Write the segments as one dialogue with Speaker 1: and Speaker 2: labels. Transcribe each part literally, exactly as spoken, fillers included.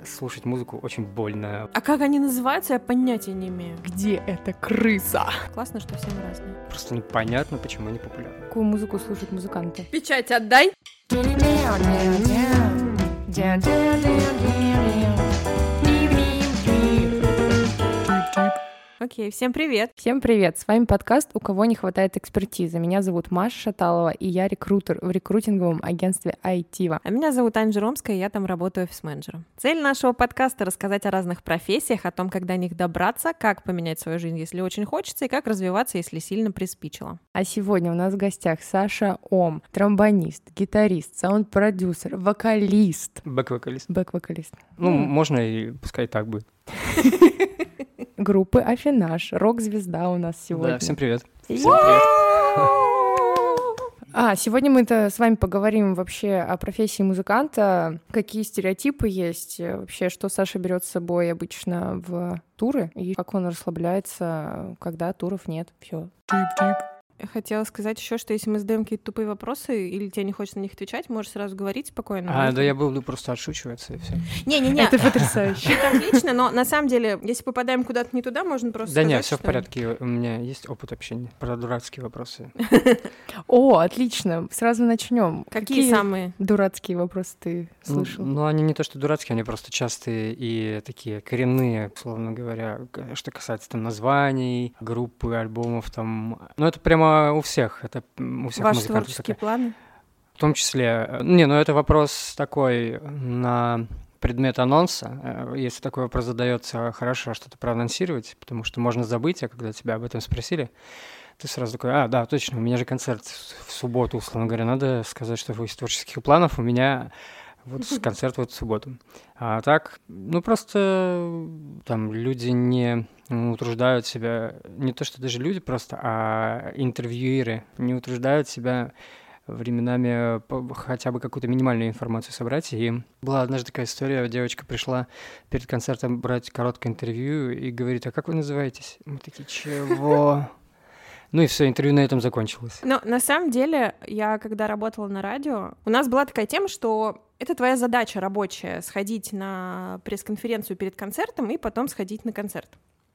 Speaker 1: слушать музыку очень больно.
Speaker 2: А как они называются, я понятия не имею.
Speaker 3: Где эта крыса?
Speaker 2: Классно, что все мы разные.
Speaker 1: Просто непонятно, почему они популярны.
Speaker 3: Какую музыку слушают музыканты?
Speaker 2: Печать отдай! Окей, всем привет!
Speaker 3: Всем привет! С вами подкаст «У кого не хватает экспертизы». Меня зовут Маша Шаталова, и я рекрутер в рекрутинговом агентстве Айтива.
Speaker 2: А меня зовут Аня Жеромская, и я там работаю офис-менеджером. Цель нашего подкаста — рассказать о разных профессиях, о том, как до них добраться, как поменять свою жизнь, если очень хочется, и как развиваться, если сильно приспичило.
Speaker 3: А сегодня у нас в гостях Саша Ом, тромбонист, гитарист, саунд-продюсер, вокалист.
Speaker 1: Бэк-вокалист.
Speaker 3: Бэк-вокалист.
Speaker 1: Ну, mm. можно и пускай так будет.
Speaker 3: Группы Афинаж, рок-звезда у нас сегодня.
Speaker 1: Да, всем привет. Всем привет.
Speaker 3: А, сегодня мы-то с вами поговорим вообще о профессии музыканта, какие стереотипы есть, вообще, что Саша берет с собой обычно в туры, и как он расслабляется, когда туров нет. Все.
Speaker 2: Я хотела сказать еще, что если мы задаем какие-то тупые вопросы, или тебе не хочется на них отвечать, можешь сразу говорить спокойно.
Speaker 1: А, да я буду просто отшучиваться, и все.
Speaker 2: Не-не-не.
Speaker 3: Это потрясающе.
Speaker 2: Это отлично, но на самом деле, если попадаем куда-то не туда, можно просто
Speaker 1: Да
Speaker 2: сказать,
Speaker 1: нет, все
Speaker 2: что...
Speaker 1: в порядке, у меня есть опыт общения про дурацкие вопросы.
Speaker 3: О, отлично, сразу начнем.
Speaker 2: Какие самые
Speaker 3: дурацкие вопросы ты слышал?
Speaker 1: Ну, они не то что дурацкие, они просто частые и такие коренные, условно говоря, что касается там названий, группы, альбомов там. Ну, это прямо у всех. Это у всех
Speaker 2: Ваши
Speaker 1: музыкантов
Speaker 2: творческие
Speaker 1: такая.
Speaker 2: планы?
Speaker 1: В том числе... Не, ну это вопрос такой на предмет анонса. Если такой вопрос задается, хорошо что-то проанонсировать, потому что можно забыть, а когда тебя об этом спросили, ты сразу такой, а, да, точно, у меня же концерт в субботу, условно говоря, надо сказать, что из творческих планов у меня вот концерт вот в субботу. А так, ну просто там люди не утруждают себя, не то что даже люди просто, а интервьюеры не утруждают себя временами хотя бы какую-то минимальную информацию собрать. И была однажды такая история, девочка пришла перед концертом брать короткое интервью и говорит, а как вы называетесь? Мы такие, чего? Ну и все, интервью на этом закончилось.
Speaker 2: Но на самом деле, я когда работала на радио, у нас была такая тема, что это твоя задача рабочая — сходить на пресс-конференцию перед концертом и потом сходить на концерт.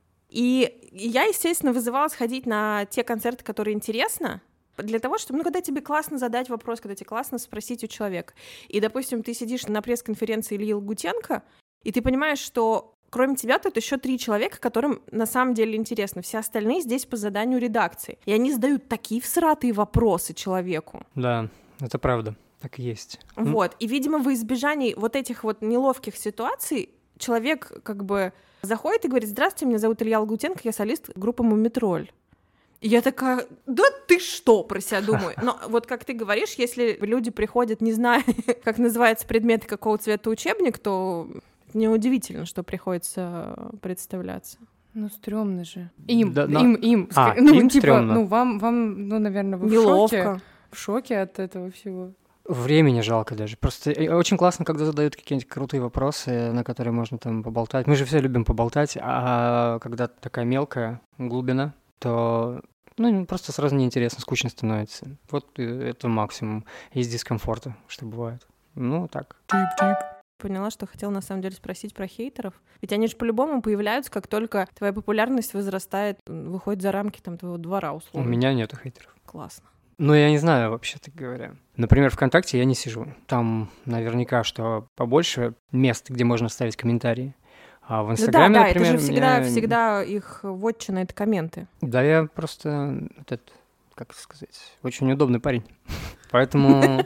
Speaker 2: И я, естественно, вызывала сходить на те концерты, которые интересно, для того, чтобы, ну, когда тебе классно задать вопрос, когда тебе классно спросить у человека. И, допустим, ты сидишь на пресс-конференции Ильи Лагутенко, и ты понимаешь, что кроме тебя тут еще три человека, которым на самом деле интересно. Все остальные здесь по заданию редакции. И они задают такие всратые вопросы человеку.
Speaker 1: Да, это правда, так и есть.
Speaker 2: Вот. И, видимо, во избежании вот этих вот неловких ситуаций человек как бы заходит и говорит: здравствуйте, меня зовут Илья Лагутенко, я солист группы «Мумитроль». И я такая, да ты что, про себя думаю. Но вот как ты говоришь, если люди приходят, не зная, как называется предмет, какого цвета учебник, то неудивительно, что приходится представляться.
Speaker 3: Ну, стрёмно же. Им,
Speaker 1: да,
Speaker 3: им,
Speaker 1: но...
Speaker 3: им.
Speaker 1: А,
Speaker 3: ну,
Speaker 1: им
Speaker 3: типа,
Speaker 1: стрёмно.
Speaker 3: ну, вам, вам, ну, наверное, вы
Speaker 2: Неловко.
Speaker 3: в шоке. В шоке от этого всего.
Speaker 1: Времени жалко даже. Просто очень классно, когда задают какие-нибудь крутые вопросы, на которые можно там поболтать. Мы же все любим поболтать, а когда такая мелкая глубина, то ну, просто сразу неинтересно, скучно становится. Вот это максимум из дискомфорта, что бывает. Ну, так.
Speaker 2: Поняла, что хотела на самом деле спросить про хейтеров. Ведь они же по-любому появляются, как только твоя популярность возрастает, выходит за рамки там твоего двора, условно.
Speaker 1: У меня нету хейтеров.
Speaker 2: Классно.
Speaker 1: Ну, я не знаю, вообще-то говоря. Например, ВКонтакте я не сижу. Там наверняка, что побольше мест, где можно ставить комментарии. А в Инстаграме,
Speaker 2: ну, да, да,
Speaker 1: например,
Speaker 2: это же всегда,
Speaker 1: меня...
Speaker 2: всегда их вотчина — это комменты.
Speaker 1: Да, я просто, этот, как сказать, очень удобный парень. Поэтому,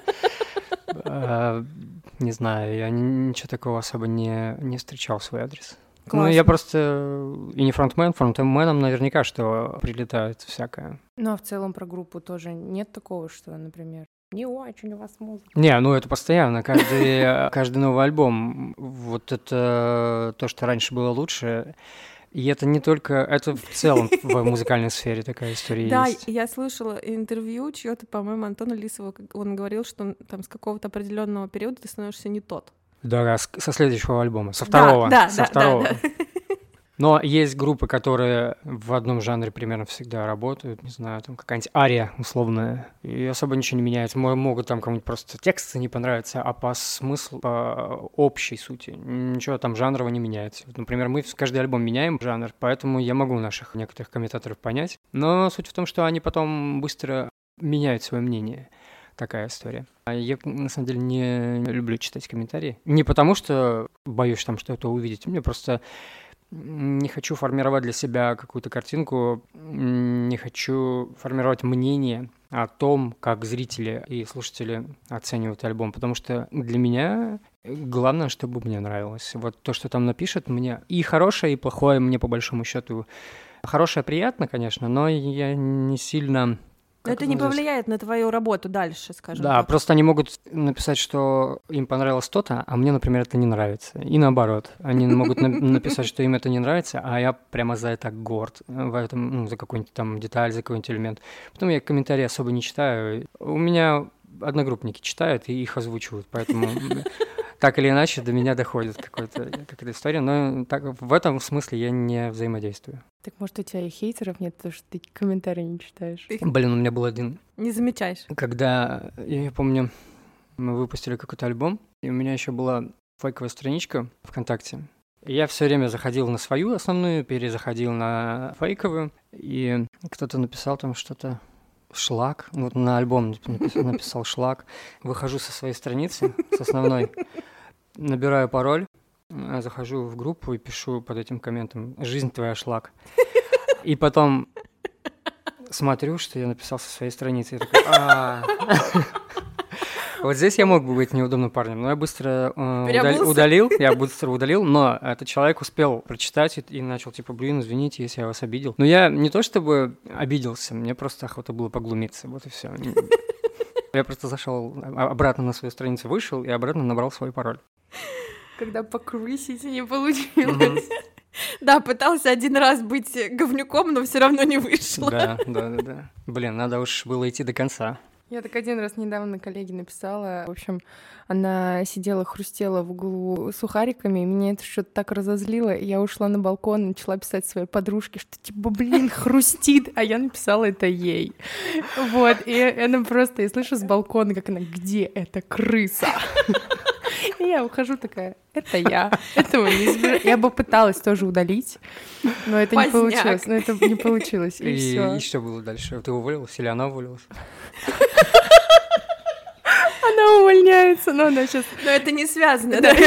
Speaker 1: не знаю, я ничего такого особо не встречал в свой адрес. Ну, я просто и не фронтмен, фронтменам наверняка, что прилетает всякое.
Speaker 3: Ну, а в целом про группу тоже нет такого, что, например, не очень у вас музыка.
Speaker 1: Не, ну это постоянно, каждый, каждый новый альбом, вот это то, что раньше было лучше, и это не только, это в целом в музыкальной сфере такая история
Speaker 2: да,
Speaker 1: есть.
Speaker 2: Да, я слышала интервью чьё-то, по-моему, Антона Лисова, он говорил, что там с какого-то определенного периода ты становишься не тот.
Speaker 1: Да, со следующего альбома, со второго.
Speaker 2: Да, да,
Speaker 1: со
Speaker 2: да,
Speaker 1: второго.
Speaker 2: Да, да.
Speaker 1: Но есть группы, которые в одном жанре примерно всегда работают, не знаю, там какая-нибудь ария условная, и особо ничего не меняется. Могут там кому-нибудь просто тексты не понравятся, а по смыслу, по общей сути, ничего там жанрово не меняется. Например, мы каждый альбом меняем жанр, поэтому я могу наших некоторых комментаторов понять. Но суть в том, что они потом быстро меняют свое мнение. Такая история. А я, на самом деле, не люблю читать комментарии. Не потому, что боюсь там что-то увидеть, мне просто... Не хочу формировать для себя какую-то картинку, не хочу формировать мнение о том, как зрители и слушатели оценивают альбом, потому что для меня главное, чтобы мне нравилось. Вот то, что там напишет, мне и хорошее, и плохое мне по большому счету. Хорошее приятно, конечно, но я не сильно...
Speaker 2: Но это не повлияет на твою работу дальше, скажем
Speaker 1: да,
Speaker 2: так.
Speaker 1: просто они могут написать, что им понравилось то-то, а мне, например, это не нравится. И наоборот. Они могут на- написать, что им это не нравится, а я прямо за это горд. В этом, ну, за какую-нибудь там деталь, за какой-нибудь элемент. Потом я комментарии особо не читаю. У меня одногруппники читают и их озвучивают, поэтому... Так или иначе до меня доходит какая-то, какая-то история, но так, в этом смысле я не взаимодействую.
Speaker 3: Так может, у тебя и хейтеров нет, потому что ты комментарии не читаешь?
Speaker 1: Блин, у меня был один...
Speaker 2: Не замечаешь.
Speaker 1: Когда, я помню, мы выпустили какой-то альбом, и у меня еще была фейковая страничка ВКонтакте. И я все время заходил на свою основную, перезаходил на фейковую, и кто-то написал там что-то... Шлак, вот на альбом написал, написал шлак. Выхожу со своей страницы, с основной, набираю пароль, захожу в группу и пишу под этим комментом «Жизнь твоя шлак». И потом смотрю, что я написал со своей страницы. Я такой, а Вот здесь я мог бы быть неудобным парнем, но я быстро э, удали- удалил, я быстро удалил, но этот человек успел прочитать и, и начал типа, блин, извините, если я вас обидел. Но я не то чтобы обиделся, мне просто охота было поглумиться, вот и все. Я просто зашел обратно на свою страницу, вышел и обратно набрал свой пароль.
Speaker 3: Когда покрысить не получилось.
Speaker 2: Да, пытался один раз быть говнюком, но все равно не вышло.
Speaker 1: Да, да, да, да. Блин, надо уж было идти до конца.
Speaker 3: Я так один раз недавно коллеге написала. В общем, она сидела, хрустела в углу сухариками, и меня это что-то так разозлило. И я ушла на балкон и начала писать своей подружке, что типа, блин, хрустит, а я написала это ей. Вот, и она просто, я слышу с балкона, как она, где эта крыса? И я ухожу такая, это я, этого не избежать. Я бы пыталась тоже удалить, но это
Speaker 2: Поздняк.
Speaker 3: не получилось, но это не получилось, и,
Speaker 1: И,
Speaker 3: все.
Speaker 1: и что было дальше? Ты уволилась или она уволилась?
Speaker 3: Она увольняется, но она сейчас...
Speaker 2: Но это не связано, да?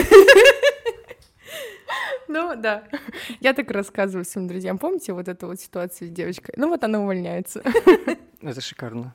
Speaker 3: Ну, да. Я так рассказываю своим друзьям. Помните вот эту вот ситуацию с девочкой? Ну, вот она увольняется.
Speaker 1: Это шикарно.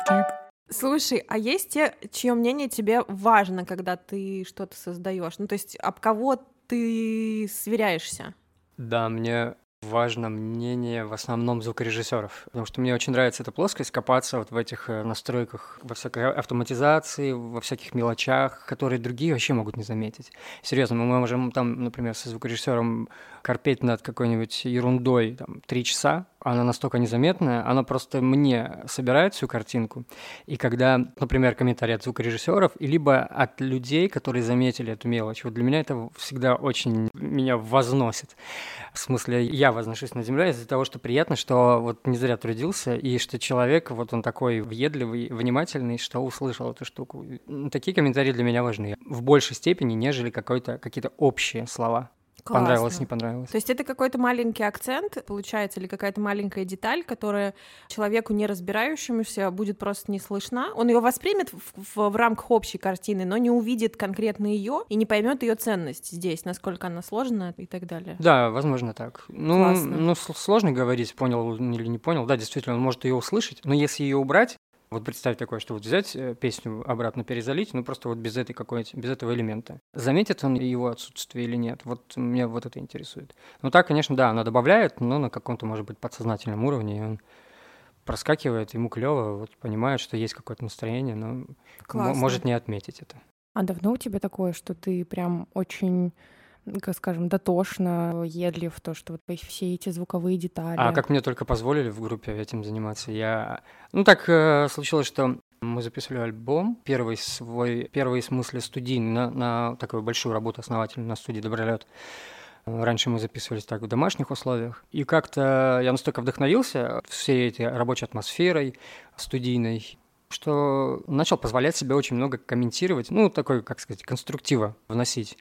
Speaker 2: Слушай, а есть те, чье мнение тебе важно, когда ты что-то создаешь? Ну, то есть об кого ты сверяешься?
Speaker 1: Да, мне важно мнение в основном звукорежиссеров, потому что мне очень нравится эта плоскость, копаться вот в этих э, настройках, во всякой автоматизации, во всяких мелочах, которые другие вообще могут не заметить. Серьезно, мы можем там, например, со звукорежиссером корпеть над какой-нибудь ерундой там, три часа, она настолько незаметная, она просто мне собирает всю картинку. И когда, например, комментарии от звукорежиссеров, либо от людей, которые заметили эту мелочь, вот для меня это всегда очень меня возносит. В смысле, я возношусь над землей из-за того, что приятно, что вот не зря трудился, и что человек, вот он такой въедливый, внимательный, что услышал эту штуку. Такие комментарии для меня важны. В большей степени, нежели какой-то, какие-то общие слова.
Speaker 2: Классно.
Speaker 1: Понравилось, не понравилось.
Speaker 2: То есть это какой-то маленький акцент, получается, или какая-то маленькая деталь, которая человеку не разбирающемуся будет просто не слышна. Он ее воспримет в, в, в рамках общей картины, но не увидит конкретно ее и не поймет ее ценность здесь, насколько она сложна и так далее.
Speaker 1: Да, возможно так. Ну,
Speaker 2: Классно.
Speaker 1: ну сложно говорить, понял или не понял. Да, действительно, он может ее услышать, но если ее убрать, вот представь такое, что вот взять песню обратно перезалить, ну просто вот без этой какой-то, без этого элемента. Заметит он его отсутствие или нет? Вот меня вот это интересует. Ну так, конечно, да, она добавляет, но на каком-то, может быть, подсознательном уровне, и он проскакивает, ему клево, вот понимает, что есть какое-то настроение, но м- может не отметить это.
Speaker 3: А давно у тебя такое, что ты прям очень, как скажем, дотошно, въедлив в то, что вот все эти звуковые детали?
Speaker 1: А как мне только позволили в группе этим заниматься, я... Ну так э, случилось, что мы записывали альбом, первый свой, первый в смысле студийный, на, на такую большую работу основательную на студии «Добролет». Раньше мы записывались так в домашних условиях. И как-то я настолько вдохновился всей этой рабочей атмосферой студийной, что начал позволять себе очень много комментировать, ну, такой, как сказать, конструктива вносить.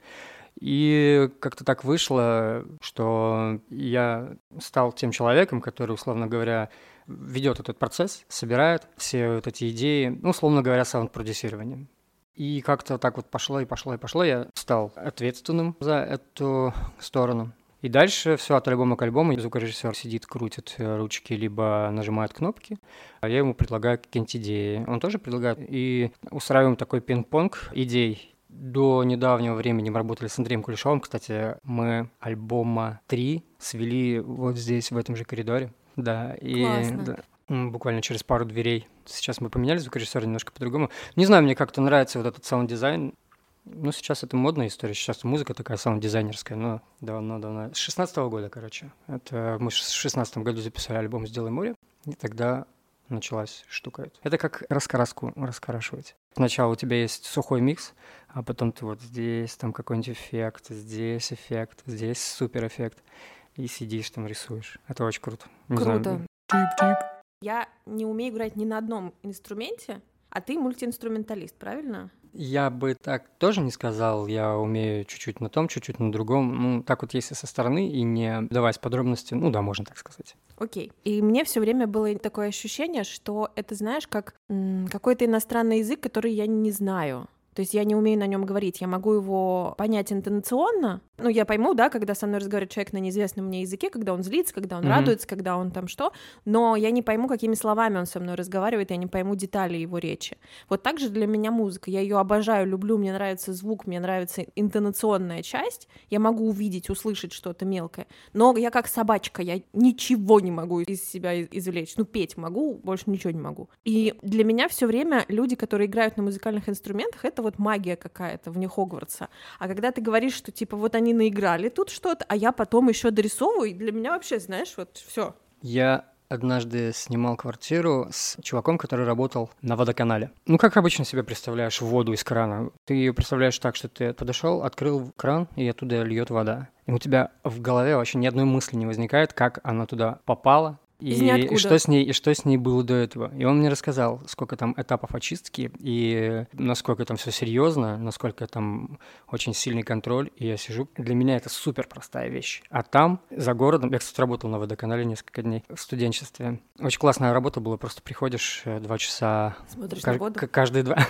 Speaker 1: И как-то так вышло, что я стал тем человеком, который, условно говоря, ведет этот процесс, собирает все вот эти идеи, ну, условно говоря, саунд-продюсированием. И как-то так вот пошло и пошло и пошло, я стал ответственным за эту сторону. И дальше все от альбома к альбому. Звукорежиссер сидит, крутит ручки, либо нажимает кнопки. А я ему предлагаю какие-нибудь идеи. Он тоже предлагает. И устраиваем такой пинг-понг идей. До недавнего времени мы работали с Андреем Кулешовым. Кстати, мы альбома три свели вот здесь, в этом же коридоре. Да, и да, буквально через пару дверей. Сейчас мы поменяли звукорежиссера немножко по-другому. Не знаю, мне как-то нравится вот этот саунд-дизайн. Ну, сейчас это модная история, сейчас музыка такая саунд-дизайнерская, но давно-давно. С шестнадцатого года, короче. Это мы в шестнадцатом году записали альбом «Сделай море», и тогда началась штука. Это как раскраску раскрашивать. Сначала у тебя есть сухой микс, а потом ты вот здесь там какой-нибудь эффект, здесь эффект, здесь суперэффект, и сидишь там рисуешь. Это очень круто. Не
Speaker 2: Круто.
Speaker 1: Знаю.
Speaker 2: Я не умею играть ни на одном инструменте, а ты мультиинструменталист, правильно?
Speaker 1: Я бы так тоже не сказал, я умею чуть-чуть на том, чуть-чуть на другом. Ну, так вот, если со стороны и не вдаваясь в подробности, ну да, можно так сказать.
Speaker 2: Окей. И мне все время было такое ощущение, что это, знаешь, как м- какой-то иностранный язык, который я не знаю. То есть я не умею на нем говорить, я могу его понять интонационно. Ну, я пойму, да, когда со мной разговаривает человек на неизвестном мне языке, когда он злится, когда он mm-hmm. радуется, когда он там что, но я не пойму, какими словами он со мной разговаривает, я не пойму детали его речи. Вот так же для меня музыка. Я ее обожаю, люблю, мне нравится звук, мне нравится интонационная часть. Я могу увидеть, услышать что-то мелкое, но я как собачка, я ничего не могу из себя извлечь. Ну, петь могу, больше ничего не могу. И для меня все время люди, которые играют на музыкальных инструментах, это вот магия какая-то вне Хогвартса. А когда ты говоришь, что типа вот они наиграли тут что-то, а я потом еще дорисовываю, и для меня вообще, знаешь, вот все.
Speaker 1: Я однажды снимал квартиру с чуваком, который работал на водоканале. Ну, как обычно себе представляешь воду из крана? Ты ее представляешь так, что ты подошел, открыл кран, и оттуда льет вода. И у тебя в голове вообще ни одной мысли не возникает, как она туда попала, И, и, что с ней, и что с ней было до этого. И он мне рассказал, сколько там этапов очистки, и насколько там все серьезно, насколько там очень сильный контроль. И я сижу. Для меня это супер простая вещь. А там, за городом, я, кстати, работал на водоканале несколько дней в студенчестве. Очень классная работа была. Просто приходишь два часа...
Speaker 2: Смотришь на воду?
Speaker 1: Каждые два...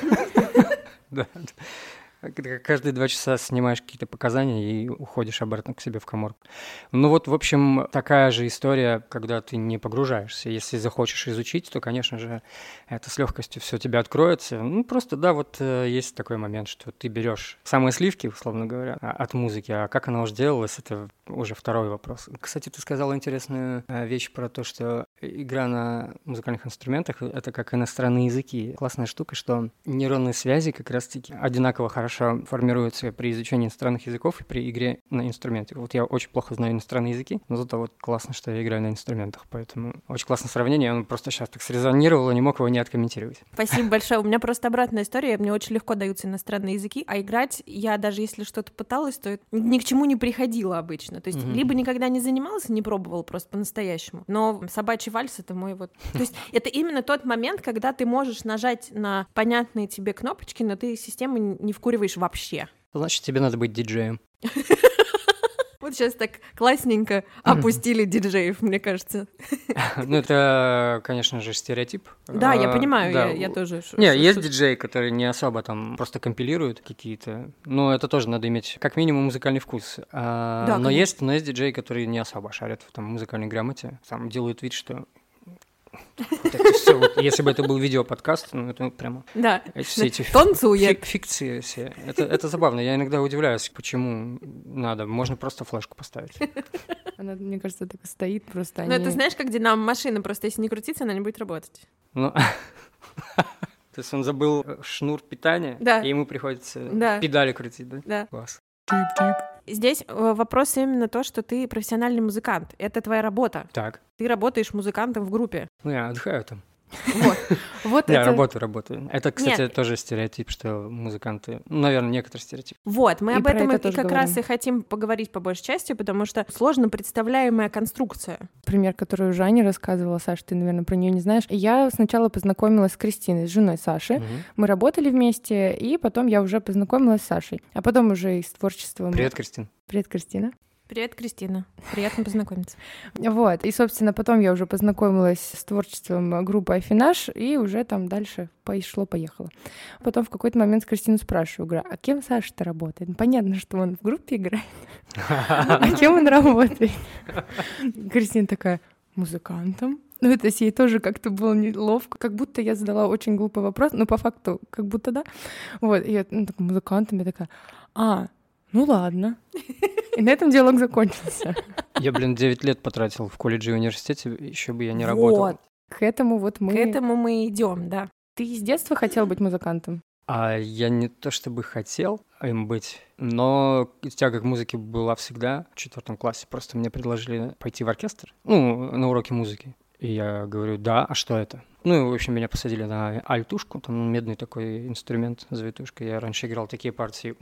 Speaker 1: Да. Каждые два часа снимаешь какие-то показания и уходишь обратно к себе в каморку. Ну вот, в общем, такая же история, когда ты не погружаешься. Если захочешь изучить, то, конечно же, это с легкостью все тебе откроется. Ну просто, да, вот есть такой момент, что ты берешь самые сливки, условно говоря, от музыки, а как она уже делалась, это уже второй вопрос. Кстати, ты сказала интересную вещь про то, что игра на музыкальных инструментах — это как иностранные языки. Классная штука, что нейронные связи как раз-таки одинаково хорошо формируются при изучении иностранных языков и при игре на инструменте. Вот я очень плохо знаю иностранные языки, но зато вот классно, что я играю на инструментах, поэтому очень классное сравнение, он просто сейчас так срезонировал, и не мог его не откомментировать.
Speaker 2: Спасибо большое. У меня просто обратная история, мне очень легко даются иностранные языки, а играть я даже если что-то пыталась, то ни к чему не приходила обычно. То есть mm-hmm. либо никогда не занималась, не пробовала просто по-настоящему, но собачий вальс — это мой вот... То есть это именно тот момент, когда ты можешь нажать на понятные тебе кнопочки, но ты систему не вкуриваешь вообще.
Speaker 1: Значит, тебе надо быть диджеем.
Speaker 2: Вот сейчас так классненько опустили диджеев, мне кажется.
Speaker 1: Ну, это, конечно же, стереотип.
Speaker 2: Да, я понимаю, да. я, я тоже...
Speaker 1: Не, ш- есть ш- диджеи, которые не особо там просто компилируют какие-то, но это тоже надо иметь как минимум музыкальный вкус. А, да, но, есть, но есть диджеи, которые не особо шарят в там, музыкальной грамоте, там делают вид, что... Вот это все, вот, если бы это был видеоподкаст, ну это прямо
Speaker 2: да.
Speaker 1: все эти
Speaker 2: фик-
Speaker 1: фикции все. Это, это забавно. Я иногда удивляюсь, почему надо. Можно просто флешку поставить.
Speaker 3: Она, мне кажется, так и стоит просто.
Speaker 2: Ну
Speaker 3: они...
Speaker 2: это знаешь, как динамо-машина, просто если не крутиться, она не будет работать.
Speaker 1: Ну, то есть он забыл шнур питания,
Speaker 2: да.
Speaker 1: и ему приходится
Speaker 2: да.
Speaker 1: педали крутить, да?
Speaker 2: Да.
Speaker 1: Класс.
Speaker 2: Здесь вопрос именно то, что ты профессиональный музыкант. Это твоя работа.
Speaker 1: Так.
Speaker 2: Ты работаешь музыкантом в группе.
Speaker 1: Ну, я отдыхаю там.
Speaker 3: Вот. Вот
Speaker 1: Я
Speaker 3: это...
Speaker 1: работаю, работаю. Это, кстати,
Speaker 2: Нет.
Speaker 1: тоже стереотип, что музыканты... Ну, наверное, некоторый стереотип.
Speaker 2: Вот, мы
Speaker 3: И
Speaker 2: об
Speaker 3: про
Speaker 2: этом
Speaker 3: это
Speaker 2: и, и
Speaker 3: тоже
Speaker 2: как
Speaker 3: говорим.
Speaker 2: раз и хотим поговорить по большей части, потому что сложно представляемая конструкция.
Speaker 3: Пример, который уже Аня рассказывала, Саша, ты, наверное, про нее не знаешь. Я сначала познакомилась с Кристиной, с женой Саши.
Speaker 1: Мгм.
Speaker 3: Мы работали вместе, и потом я уже познакомилась с Сашей. А потом уже из творчества... мы-
Speaker 1: Привет, Кристин.
Speaker 3: Привет, Кристина.
Speaker 2: Привет, Кристина. Приятно познакомиться.
Speaker 3: Вот. И, собственно, потом я уже познакомилась с творчеством группы Афинаж, и уже там дальше пошло-поехало. Потом в какой-то момент Кристину спрашиваю, говорю, а кем Саша-то работает? Ну, понятно, что он в группе играет. А кем он работает? Кристина такая, музыкантом. Ну, то есть ей тоже как-то было неловко, как будто я задала очень глупый вопрос, но по факту как будто да. Вот, и я ну, так, музыкантом, я такая, а, ну ладно. И на этом диалог закончился.
Speaker 1: Я, блин, девять лет потратил в колледже и университете, еще бы я не работал.
Speaker 2: Вот,
Speaker 3: К этому вот мы...
Speaker 2: к этому мы идем, да.
Speaker 3: Ты с детства хотел быть музыкантом?
Speaker 1: А я не то чтобы хотел им быть, но тяга к музыке была всегда. В четвертом классе просто мне предложили пойти в оркестр, ну, на уроки музыки. И я говорю, да, а что это? Ну, и, в общем, меня посадили на альтушку, там медный такой инструмент, завитушка. Я раньше играл такие партии.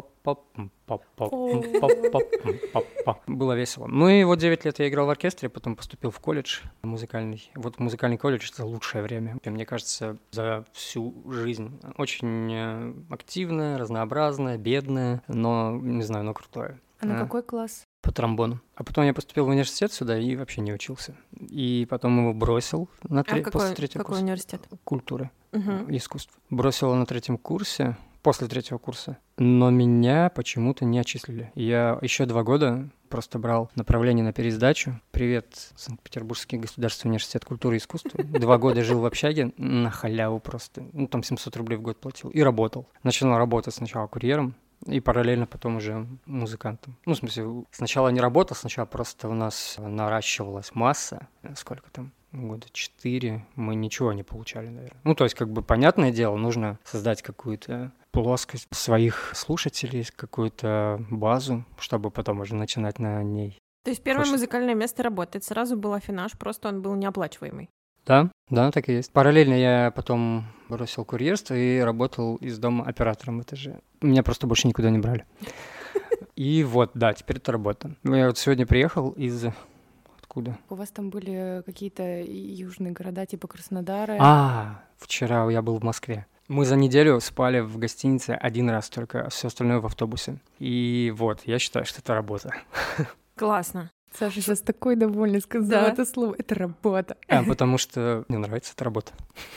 Speaker 1: Было весело. Ну и вот девять лет я играл в оркестре, потом поступил в колледж музыкальный. Вот музыкальный колледж — это лучшее время. И мне кажется, за всю жизнь. Очень активное, разнообразное, бедное, но, не знаю, но крутое.
Speaker 3: А на какой класс?
Speaker 1: По тромбону. А потом я поступил в университет сюда и вообще не учился. И потом его бросил на тре...
Speaker 2: А какой,
Speaker 1: после третьего
Speaker 2: какой
Speaker 1: курса.
Speaker 2: университет?
Speaker 1: Культуры,
Speaker 2: Мгм.
Speaker 1: искусств. Бросил на третьем курсе, после третьего курса. Но меня почему-то не отчислили. Я еще два года просто брал направление на пересдачу. Привет, Санкт-Петербургский государственный университет культуры и искусства. Два года жил в общаге на халяву просто. Ну, там семьсот рублей в год платил. И работал. Начал работать сначала курьером, и параллельно потом уже музыкантом. Ну, в смысле, сначала не работал, сначала просто у нас наращивалась масса. Сколько там? Года четыре. Мы ничего не получали, наверное. Ну, то есть, как бы, понятное дело, нужно создать какую-то плоскость своих слушателей, какую-то базу, чтобы потом уже начинать на ней.
Speaker 2: То есть первое
Speaker 1: Хочется.
Speaker 2: музыкальное место работает. Сразу был Афинаж, просто он был неоплачиваемый.
Speaker 1: Да, да, так и есть. Параллельно я потом бросил курьерство и работал из дома оператором в этаже. Меня просто больше никуда не брали. И вот, да, теперь это работа. Я вот сегодня приехал из... Откуда?
Speaker 3: У вас там были какие-то южные города, типа Краснодара?
Speaker 1: А, вчера я был в Москве. Мы за неделю спали в гостинице один раз только, все остальное в автобусе. И вот, я считаю, что это работа.
Speaker 2: Классно.
Speaker 3: Саша сейчас такой довольный сказала
Speaker 2: Да.
Speaker 3: это слово. Это работа.
Speaker 1: А, потому что мне нравится эта работа.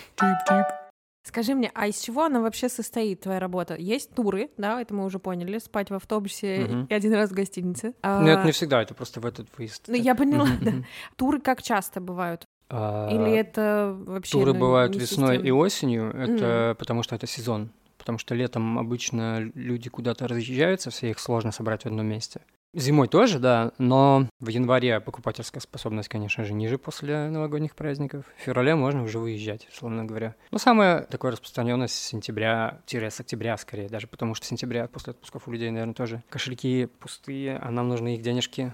Speaker 2: Скажи мне, а из чего она вообще состоит, твоя работа? Есть туры, да, это мы уже поняли, спать в автобусе
Speaker 1: Мгм.
Speaker 2: и один раз в гостинице. А,
Speaker 1: Ну, это не всегда, это просто в этот выезд.
Speaker 2: Ну, я поняла,
Speaker 1: Мгм,
Speaker 2: да.
Speaker 1: мгм.
Speaker 2: Туры как часто бывают?
Speaker 1: А,
Speaker 2: Или это вообще...
Speaker 1: Туры
Speaker 2: ну,
Speaker 1: бывают
Speaker 2: не
Speaker 1: весной и
Speaker 2: системно?
Speaker 1: осенью, это потому что это сезон. Потому что летом обычно люди куда-то разъезжаются, все их сложно собрать в одном месте. Зимой тоже, да, но в январе покупательская способность, конечно же, ниже после новогодних праздников. В феврале можно уже выезжать, условно говоря. Но самое такое распространенное с сентября-с октября скорее, даже потому что с сентября после отпусков у людей, наверное, тоже кошельки пустые, а нам нужны их денежки.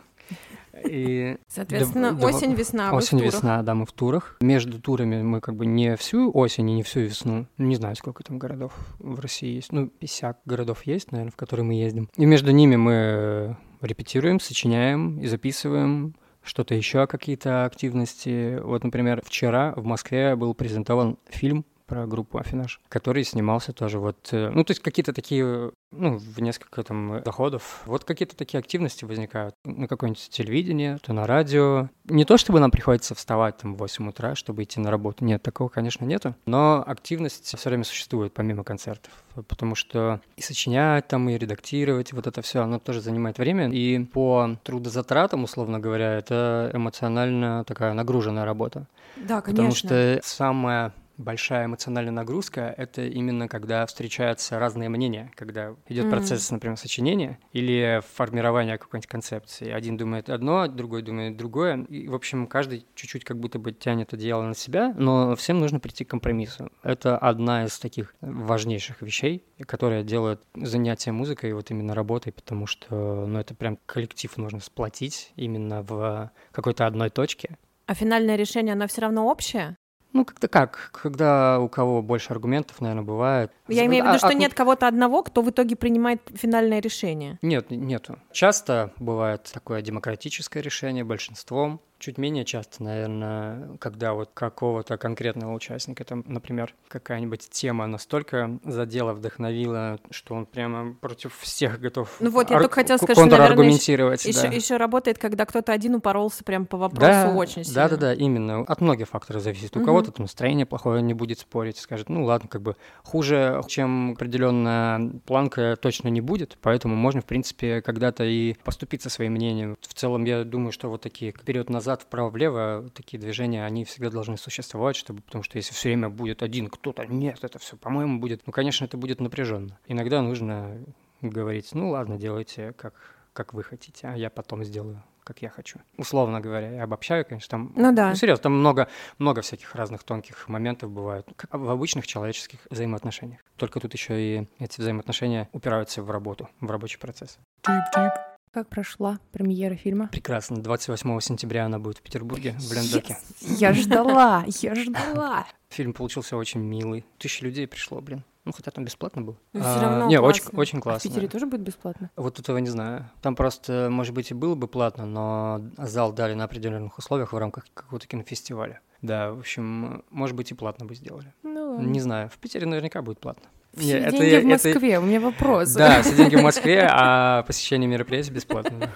Speaker 1: И
Speaker 2: Соответственно,
Speaker 1: да- да-
Speaker 2: осень, весна, вы в
Speaker 1: Осень,
Speaker 2: турах.
Speaker 1: весна, да, мы в турах. Между турами мы как бы не всю осень и не всю весну. Не знаю, сколько там городов в России есть. Ну, пятьдесят городов есть, наверное, в которые мы ездим. И между ними мы репетируем, сочиняем и записываем что-то еще, какие-то активности. Вот, например, вчера в Москве был презентован фильм про группу Афинаж, который снимался тоже вот... э, Ну, то есть какие-то такие, ну, в несколько там заходов. Вот какие-то такие активности возникают на какое-нибудь телевидение, то на радио. Не то, чтобы нам приходится вставать там в восемь утра, чтобы идти на работу. Нет, такого, конечно, нету. Но активность все время существует помимо концертов. Потому что и сочинять там, и редактировать, вот это все, оно тоже занимает время. И по трудозатратам, условно говоря, это эмоционально такая нагруженная работа.
Speaker 2: Да, конечно.
Speaker 1: Потому что самая большая эмоциональная нагрузка — это именно когда встречаются разные мнения, когда идет
Speaker 2: Мгм.
Speaker 1: процесс, например, сочинения или формирования какой-нибудь концепции. Один думает одно, другой думает другое. И, в общем, каждый чуть-чуть как будто бы тянет одеяло на себя, но всем нужно прийти к компромиссу. Это одна из таких важнейших вещей, которые делают занятия музыкой, вот именно работой, потому что, ну, это прям коллектив нужно сплотить именно в какой-то одной точке.
Speaker 2: А финальное решение, оно все равно общее?
Speaker 1: Ну, как-то как, когда у кого больше аргументов, наверное, бывает.
Speaker 2: Я имею в виду,
Speaker 1: А-
Speaker 2: что
Speaker 1: а-
Speaker 2: нет кого-то одного, кто в итоге принимает финальное решение.
Speaker 1: Нет, нету. Часто бывает такое демократическое решение большинством. Чуть менее часто, наверное, когда вот какого-то конкретного участника, там, например, какая-нибудь тема настолько задела, вдохновила, что он прямо против всех готов
Speaker 2: Ну вот, я
Speaker 1: ар-
Speaker 2: только хотела сказать, что, наверное,
Speaker 1: контраргументировать.
Speaker 2: Еще,
Speaker 1: да.
Speaker 2: еще работает, когда кто-то один упоролся прям по вопросу
Speaker 1: Да,
Speaker 2: очень сильно.
Speaker 1: да, да, да, именно. От многих факторов зависит. У
Speaker 2: Мгм.
Speaker 1: кого-то там настроение плохое, он не будет спорить, скажет, ну ладно, как бы хуже, чем определенная планка, точно не будет, поэтому можно, в принципе, когда-то и поступиться своим мнением. В целом, я думаю, что вот такие вперед-назад, вправо-влево, такие движения, они всегда должны существовать, чтобы, потому что если все время будет один кто-то, нет, это все, по-моему, будет, ну, конечно, это будет напряженно. Иногда нужно говорить, ну ладно, делайте как, как вы хотите, а я потом сделаю, как я хочу. Условно говоря, я обобщаю, конечно, там...
Speaker 2: Ну да.
Speaker 1: Ну, серьезно, там много, много всяких разных тонких моментов бывает, как в обычных человеческих взаимоотношениях. Только тут еще и эти взаимоотношения упираются в работу, в рабочий процесс.
Speaker 3: Как прошла премьера фильма?
Speaker 1: Прекрасно. двадцать восьмого сентября она будет в Петербурге, в Лендоке.
Speaker 3: Я ждала, я ждала.
Speaker 1: Фильм получился очень милый. Тысяча людей пришло, блин. Ну, хотя там бесплатно был.
Speaker 2: Но всё равно
Speaker 1: не, очень,
Speaker 2: классно.
Speaker 1: очень
Speaker 3: А в
Speaker 1: классно.
Speaker 3: Питере тоже будет бесплатно?
Speaker 1: Вот этого не знаю. Там просто, может быть, и было бы платно, но зал дали на определенных условиях в рамках какого-то кинофестиваля. Да, в общем, может быть, и платно бы сделали.
Speaker 3: Ну ладно.
Speaker 1: Не знаю. В Питере наверняка будет платно.
Speaker 3: Все
Speaker 1: Не, это
Speaker 3: деньги
Speaker 1: я-
Speaker 3: в
Speaker 1: это-
Speaker 3: Москве, у меня вопрос.
Speaker 1: Да, все деньги в Москве, а посещение мероприятий бесплатно.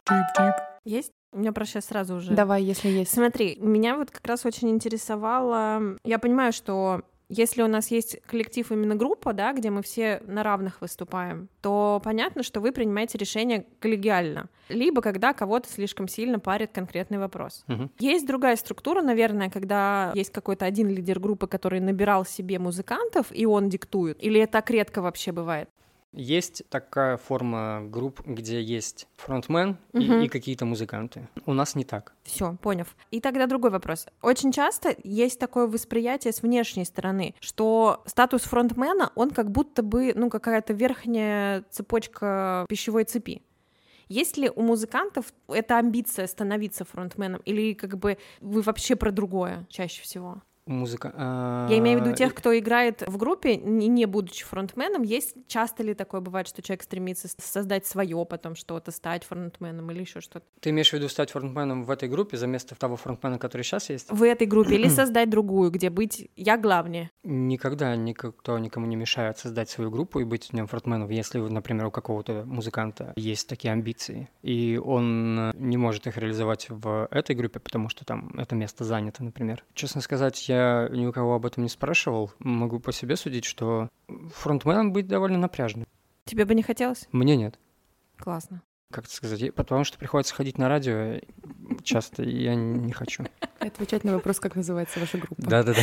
Speaker 2: Есть? У меня про сейчас сразу уже.
Speaker 3: Давай, если есть.
Speaker 2: Смотри, меня вот как раз очень интересовало... Я понимаю, что если у нас есть коллектив, именно группа, да, где мы все на равных выступаем, то понятно, что вы принимаете решение коллегиально. Либо когда кого-то слишком сильно парит конкретный вопрос.
Speaker 1: Мгм.
Speaker 2: Есть другая структура, наверное, когда есть какой-то один лидер группы, который набирал себе музыкантов, и он диктует. Или это так редко вообще бывает?
Speaker 1: Есть такая форма групп, где есть фронтмен и-
Speaker 2: Мгм.
Speaker 1: и, какие-то музыканты. У нас не так.
Speaker 2: Все, понял. И тогда другой вопрос. Очень часто есть такое восприятие с внешней стороны, что статус фронтмена, он как будто бы, ну, какая-то верхняя цепочка пищевой цепи. Есть ли у музыкантов эта амбиция становиться фронтменом, или как бы вы вообще про другое чаще всего?
Speaker 1: Музыка.
Speaker 2: Я имею в виду
Speaker 1: а,
Speaker 2: тех, кто играет в группе, не не будучи фронтменом. Есть часто ли такое бывает, что человек стремится с- создать свое, потом что-то, стать фронтменом или еще что-то?
Speaker 1: Ты имеешь в виду стать фронтменом в этой группе за место того фронтмена, который сейчас есть?
Speaker 2: В этой группе или создать другую, где быть я главнее?
Speaker 1: Никогда никто никому не мешает создать свою группу и быть в нем фронтменом, если, например, у какого-то музыканта есть такие амбиции, и он не может их реализовать в этой группе, потому что там это место занято, например. Честно сказать, я ни у кого об этом не спрашивал. Могу по себе судить, что фронтменом быть довольно напряжно.
Speaker 2: Тебе бы не хотелось?
Speaker 1: Мне нет.
Speaker 2: Классно.
Speaker 1: Как это сказать? Я- Потому что приходится ходить на радио часто, и я не хочу.
Speaker 3: Отвечать на вопрос, как называется ваша группа.
Speaker 1: Да-да-да.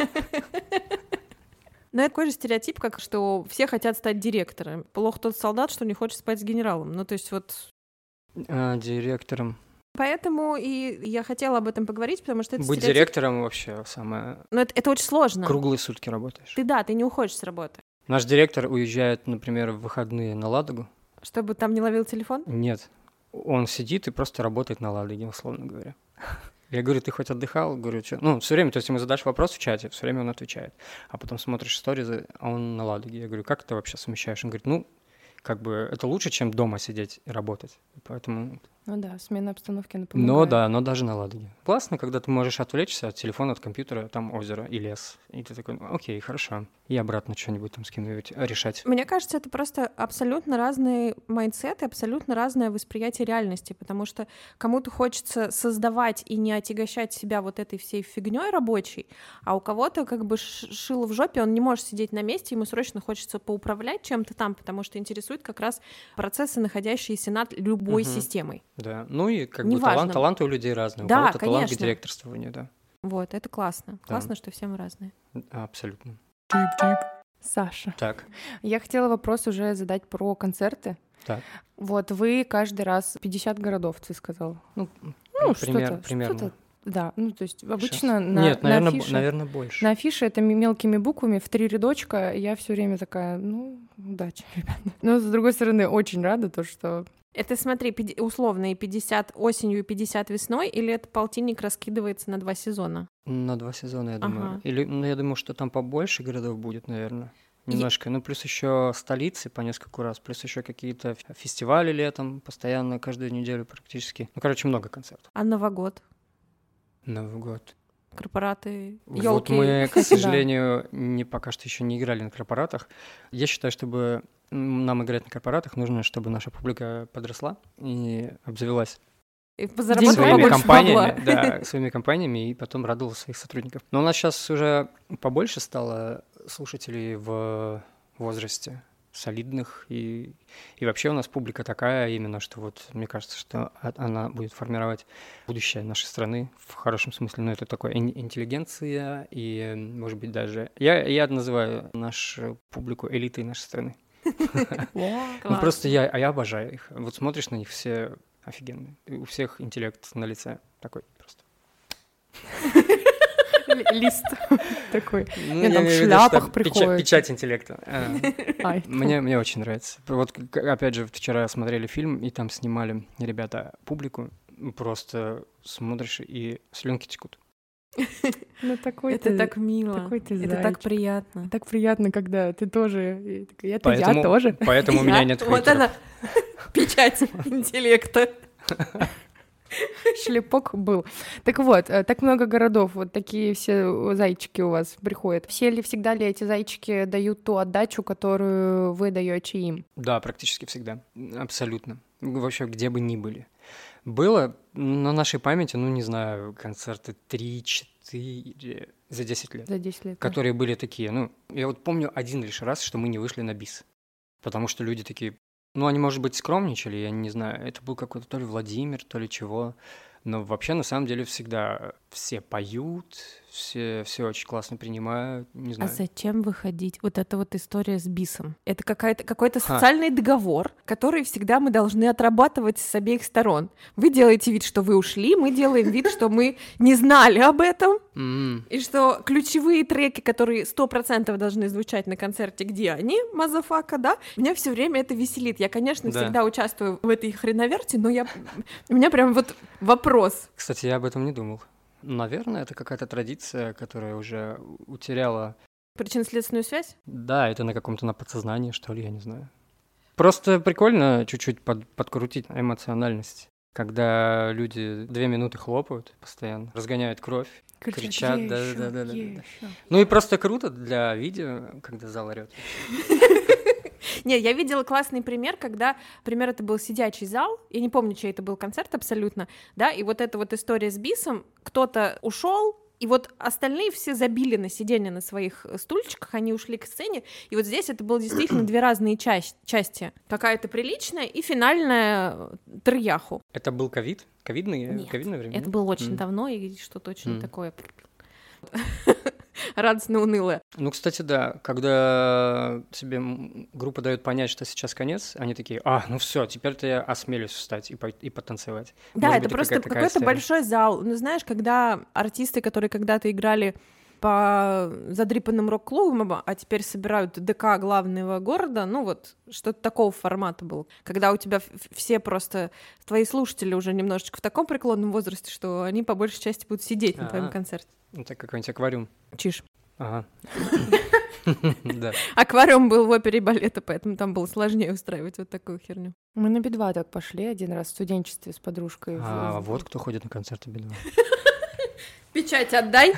Speaker 2: Но это такой же стереотип, как что все хотят стать директором. Плохо тот солдат, что не хочет спать с генералом. Ну, то есть вот...
Speaker 1: А, директором.
Speaker 2: Поэтому и я хотела об этом поговорить, потому что это
Speaker 1: Быть
Speaker 2: стереотип.
Speaker 1: директором вообще самое...
Speaker 2: Но это, это очень сложно.
Speaker 1: Круглые сутки работаешь.
Speaker 2: Ты, да, ты не уходишь с работы.
Speaker 1: Наш директор уезжает, например, в выходные на Ладогу.
Speaker 2: Чтобы там не ловил телефон?
Speaker 1: Нет. Он сидит и просто работает на Ладоге, условно говоря. Я говорю, ты хоть отдыхал? Говорю, что? Ну, все время, то есть ему задашь вопрос в чате, все время он отвечает. А потом смотришь сторизы, а он на Ладоге. Я говорю, как ты вообще совмещаешь? Он говорит, ну, как бы это лучше, чем дома сидеть и работать. Поэтому...
Speaker 3: Ну да, смена обстановки она помогает.
Speaker 1: Но да, но даже на Ладоге. Классно, когда ты можешь отвлечься от телефона, от компьютера, там озеро и лес. И ты такой, окей, хорошо. И обратно что-нибудь там с кем-нибудь решать.
Speaker 2: Мне кажется, это просто абсолютно разные майндсеты, абсолютно разное восприятие реальности, потому что кому-то хочется создавать и не отягощать себя вот этой всей фигней рабочей, а у кого-то как бы ш- шило в жопе, он не может сидеть на месте, ему срочно хочется поуправлять чем-то там, потому что интересует как раз процессы, находящиеся над любой
Speaker 1: Мгм.
Speaker 2: системой.
Speaker 1: Да, ну и как бы
Speaker 2: Неважно.
Speaker 1: талант, таланты у людей разные.
Speaker 2: Да,
Speaker 1: у кого-то талант к
Speaker 2: конечно.
Speaker 1: директорствованию, да.
Speaker 2: Вот, это классно. Классно, что все мы разные.
Speaker 1: Абсолютно.
Speaker 3: Саша,
Speaker 1: Так,
Speaker 3: я хотела вопрос уже задать про концерты.
Speaker 1: так.
Speaker 3: Вот вы каждый раз пятьдесят городов, ты сказал.
Speaker 1: Ну,
Speaker 3: Ну,
Speaker 1: пример-
Speaker 3: что-то,
Speaker 1: примерно.
Speaker 3: что-то. Да, ну то есть обычно
Speaker 1: Щас.
Speaker 3: на,
Speaker 1: Нет,
Speaker 3: на
Speaker 1: наверное,
Speaker 3: афише...
Speaker 1: наверное, больше.
Speaker 3: На афише это м- мелкими буквами в три рядочка. Я все время такая, ну, удачи, ребята. Но с другой стороны, очень рада то, что
Speaker 2: Это, смотри, пяти- условные пятьдесят осенью и пятьдесят весной, или это полтинник раскидывается на два сезона?
Speaker 1: На два сезона, я думаю.
Speaker 2: Ага.
Speaker 1: Или, ну, я думаю, что там побольше городов будет, наверное.
Speaker 2: И-
Speaker 1: Немножко. Ну, плюс еще столицы по нескольку раз, плюс еще какие-то ф- фестивали летом, постоянно, каждую неделю практически. Ну, короче, много концертов.
Speaker 2: А Новый год?
Speaker 1: Новый год.
Speaker 2: Корпораты,
Speaker 1: Вот
Speaker 2: елки.
Speaker 1: мы, к сожалению, не, пока что еще не играли на корпоратах. Я считаю, чтобы нам играть на корпоратах, нужно, чтобы наша публика подросла и обзавелась
Speaker 2: И позаработала
Speaker 3: Деньгами,
Speaker 1: своими
Speaker 2: побольше бабла.
Speaker 1: компаниями, да, своими компаниями, и потом радовала своих сотрудников. Но у нас сейчас уже побольше стало слушателей в возрасте солидных, и, и вообще у нас публика такая именно, что вот мне кажется, что а- она будет формировать будущее нашей страны в хорошем смысле. Ну, это такое ин- интеллигенция и, может быть, даже... Я, я называю нашу публику элитой нашей страны. Ну,
Speaker 2: Класс.
Speaker 1: просто я, а я обожаю их. Вот смотришь на них, все офигенные. И у всех интеллект на лице такой просто.
Speaker 3: Лист такой.
Speaker 1: Ну,
Speaker 3: Нет,
Speaker 1: я
Speaker 3: там в
Speaker 1: имею в виду,
Speaker 3: шляпах
Speaker 1: что печа-
Speaker 3: приходят.
Speaker 1: Печать интеллекта. А,
Speaker 3: Ай,
Speaker 1: Мне, мне очень нравится. Вот, к- опять же, вчера смотрели фильм, и там снимали ребята публику. Просто смотришь, и слюнки текут.
Speaker 3: ну такой
Speaker 2: Это
Speaker 3: ты,
Speaker 2: так мило.
Speaker 3: такой ты
Speaker 2: Это так
Speaker 3: зайчик.
Speaker 2: приятно.
Speaker 3: Так приятно, когда ты тоже, и такой, это
Speaker 1: Поэтому,
Speaker 3: я тоже.
Speaker 1: поэтому у меня
Speaker 2: Я-
Speaker 1: нет
Speaker 2: Вот
Speaker 1: хейтеров.
Speaker 2: она, печать интеллекта.
Speaker 3: Шлепок был. Так вот, э, так много городов, вот такие все зайчики у вас приходят. Все ли, всегда ли эти зайчики дают ту отдачу, которую вы даете им?
Speaker 1: Да, практически всегда. Абсолютно. Вообще, где бы ни были. Было на нашей памяти, ну, не знаю, концерты три-четыре за десять лет,
Speaker 3: За десять лет.
Speaker 1: которые были такие. Ну, я вот помню один лишь раз, что мы не вышли на бис. Потому что люди такие, ну, они, может быть, скромничали, я не знаю. Это был какой-то то ли Владимир, то ли чего. Но вообще, на самом деле, всегда все поют, все, все очень классно принимают, не
Speaker 2: А
Speaker 1: знаю.
Speaker 2: зачем выходить? Вот эта вот история с бисом. Это какая-то, какой-то
Speaker 1: Ха.
Speaker 2: социальный договор, который всегда мы должны отрабатывать с обеих сторон. Вы делаете вид, что вы ушли, мы делаем вид, что мы не знали об этом,
Speaker 1: М,
Speaker 2: и что ключевые треки, которые сто процентов должны звучать на концерте, где они, мазафака, да? Меня все время это веселит. Я, конечно,
Speaker 1: Да.
Speaker 2: всегда участвую в этой хреноверте, но я... у меня прям вот вопрос.
Speaker 1: Кстати, я об этом не думал. Наверное, это какая-то традиция, которая уже утеряла.
Speaker 2: Причинно-следственную связь?
Speaker 1: Да, это на каком-то на подсознании, что ли, я не знаю. Просто прикольно чуть-чуть под- подкрутить эмоциональность, когда люди две минуты хлопают постоянно, разгоняют кровь, кричат, да-да-да-да. Ну и просто круто для видео, когда зал орёт.
Speaker 2: Не, я видела классный пример, когда, например, это был сидячий зал, я не помню, чей это был концерт абсолютно, да, и вот эта вот история с бисом, кто-то ушел, и вот остальные все забили на сиденье на своих стульчиках, они ушли к сцене, и вот здесь это было действительно две разные части, части. Какая-то приличная и финальная тряху.
Speaker 1: Это был ковид? Ковидный,
Speaker 2: Нет,
Speaker 1: ковидное время?
Speaker 2: Это было очень
Speaker 1: М.
Speaker 2: давно, и что-то очень
Speaker 1: М.
Speaker 2: такое радостно-унылое.
Speaker 1: Ну, кстати, да, когда тебе м, группа дает понять, что сейчас конец, они такие, а, ну все, теперь-то я осмелюсь встать и, пой- и потанцевать.
Speaker 2: Да,
Speaker 1: Может
Speaker 2: это
Speaker 1: быть,
Speaker 2: просто
Speaker 1: какая-то такая
Speaker 2: какой-то
Speaker 1: история.
Speaker 2: большой зал. Ну, знаешь, когда артисты, которые когда-то играли по задрипанным рок-клубам, а теперь собирают ДК главного города, ну вот что-то такого формата было. Когда у тебя ф- все просто, твои слушатели уже немножечко в таком преклонном возрасте, что они по большей части будут сидеть на твоем
Speaker 1: А.
Speaker 2: концерте.
Speaker 1: Это какой-нибудь аквариум.
Speaker 2: Чиж.
Speaker 1: Ага. Да.
Speaker 2: Аквариум был в опере и балета, поэтому там было сложнее устраивать вот такую херню.
Speaker 3: Мы на би два так пошли один раз в студенчестве с подружкой. в-
Speaker 1: А
Speaker 3: в-
Speaker 1: вот кто ходит на концерты Би два.
Speaker 2: Печать отдай.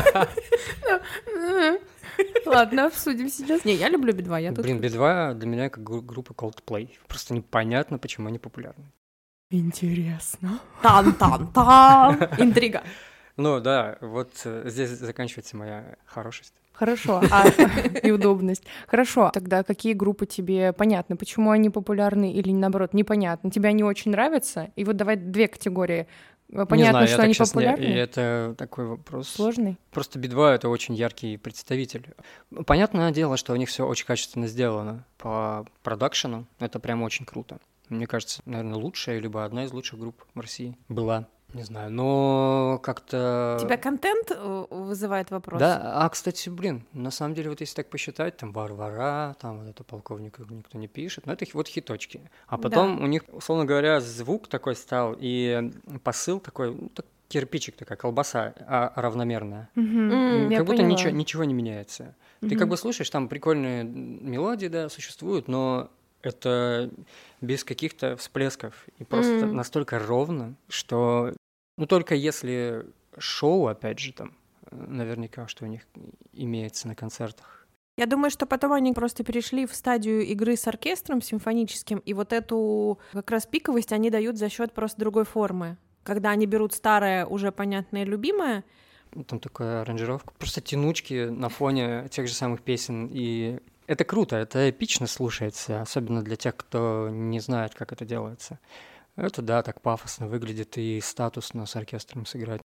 Speaker 3: Ладно, обсудим сейчас.
Speaker 2: Не, я люблю Би два, я тут...
Speaker 1: Блин, Би два для меня как гру- группа Coldplay. Просто непонятно, почему они популярны.
Speaker 3: Интересно.
Speaker 2: Тан-тан-тан! Интрига.
Speaker 1: Ну да, вот э, здесь заканчивается моя хорошесть.
Speaker 3: Хорошо, а и удобность. Хорошо, тогда какие группы тебе понятны? Почему они популярны или наоборот непонятно? Тебе они очень нравятся? И вот давай две категории. Понятно,
Speaker 1: не знаю,
Speaker 3: что
Speaker 1: я так
Speaker 3: они
Speaker 1: щас не-
Speaker 3: популярны.
Speaker 1: и это такой вопрос.
Speaker 3: Сложный.
Speaker 1: Просто Би два это очень яркий представитель. Понятное дело, что у них все очень качественно сделано по продакшену. Это прям очень круто. Мне кажется, наверное, лучшая, либо одна из лучших групп в России была. Не знаю, но как-то...
Speaker 2: Тебя контент э, вызывает вопрос?
Speaker 1: Да, а, кстати, блин, на самом деле, вот если так посчитать, там «Варвара», там вот это «Полковника» никто не пишет, но это вот хиточки. А потом
Speaker 2: Да.
Speaker 1: у них, условно говоря, звук такой стал, и посыл такой, ну, так, кирпичик такая, колбаса а, равномерная.
Speaker 3: Мгм. Я
Speaker 1: Как будто
Speaker 3: поняла.
Speaker 1: ничего, ничего не меняется. Ты как бы слушаешь, там прикольные мелодии, да, существуют, но это без каких-то всплесков. И просто
Speaker 2: Мгм.
Speaker 1: настолько ровно, что... Ну, только если шоу, опять же, там, э, наверняка, что у них имеется на концертах.
Speaker 2: Я думаю, что потом они просто перешли в стадию игры с оркестром симфоническим, и вот эту как раз пиковость они дают за счет просто другой формы. Когда они берут старое, уже понятное, любимое.
Speaker 1: Ну, там такая аранжировка. Просто тянучки на фоне тех же самых песен. И это круто, это эпично слушается, особенно для тех, кто не знает, как это делается. Это, да, так пафосно выглядит и статусно с оркестром сыграть.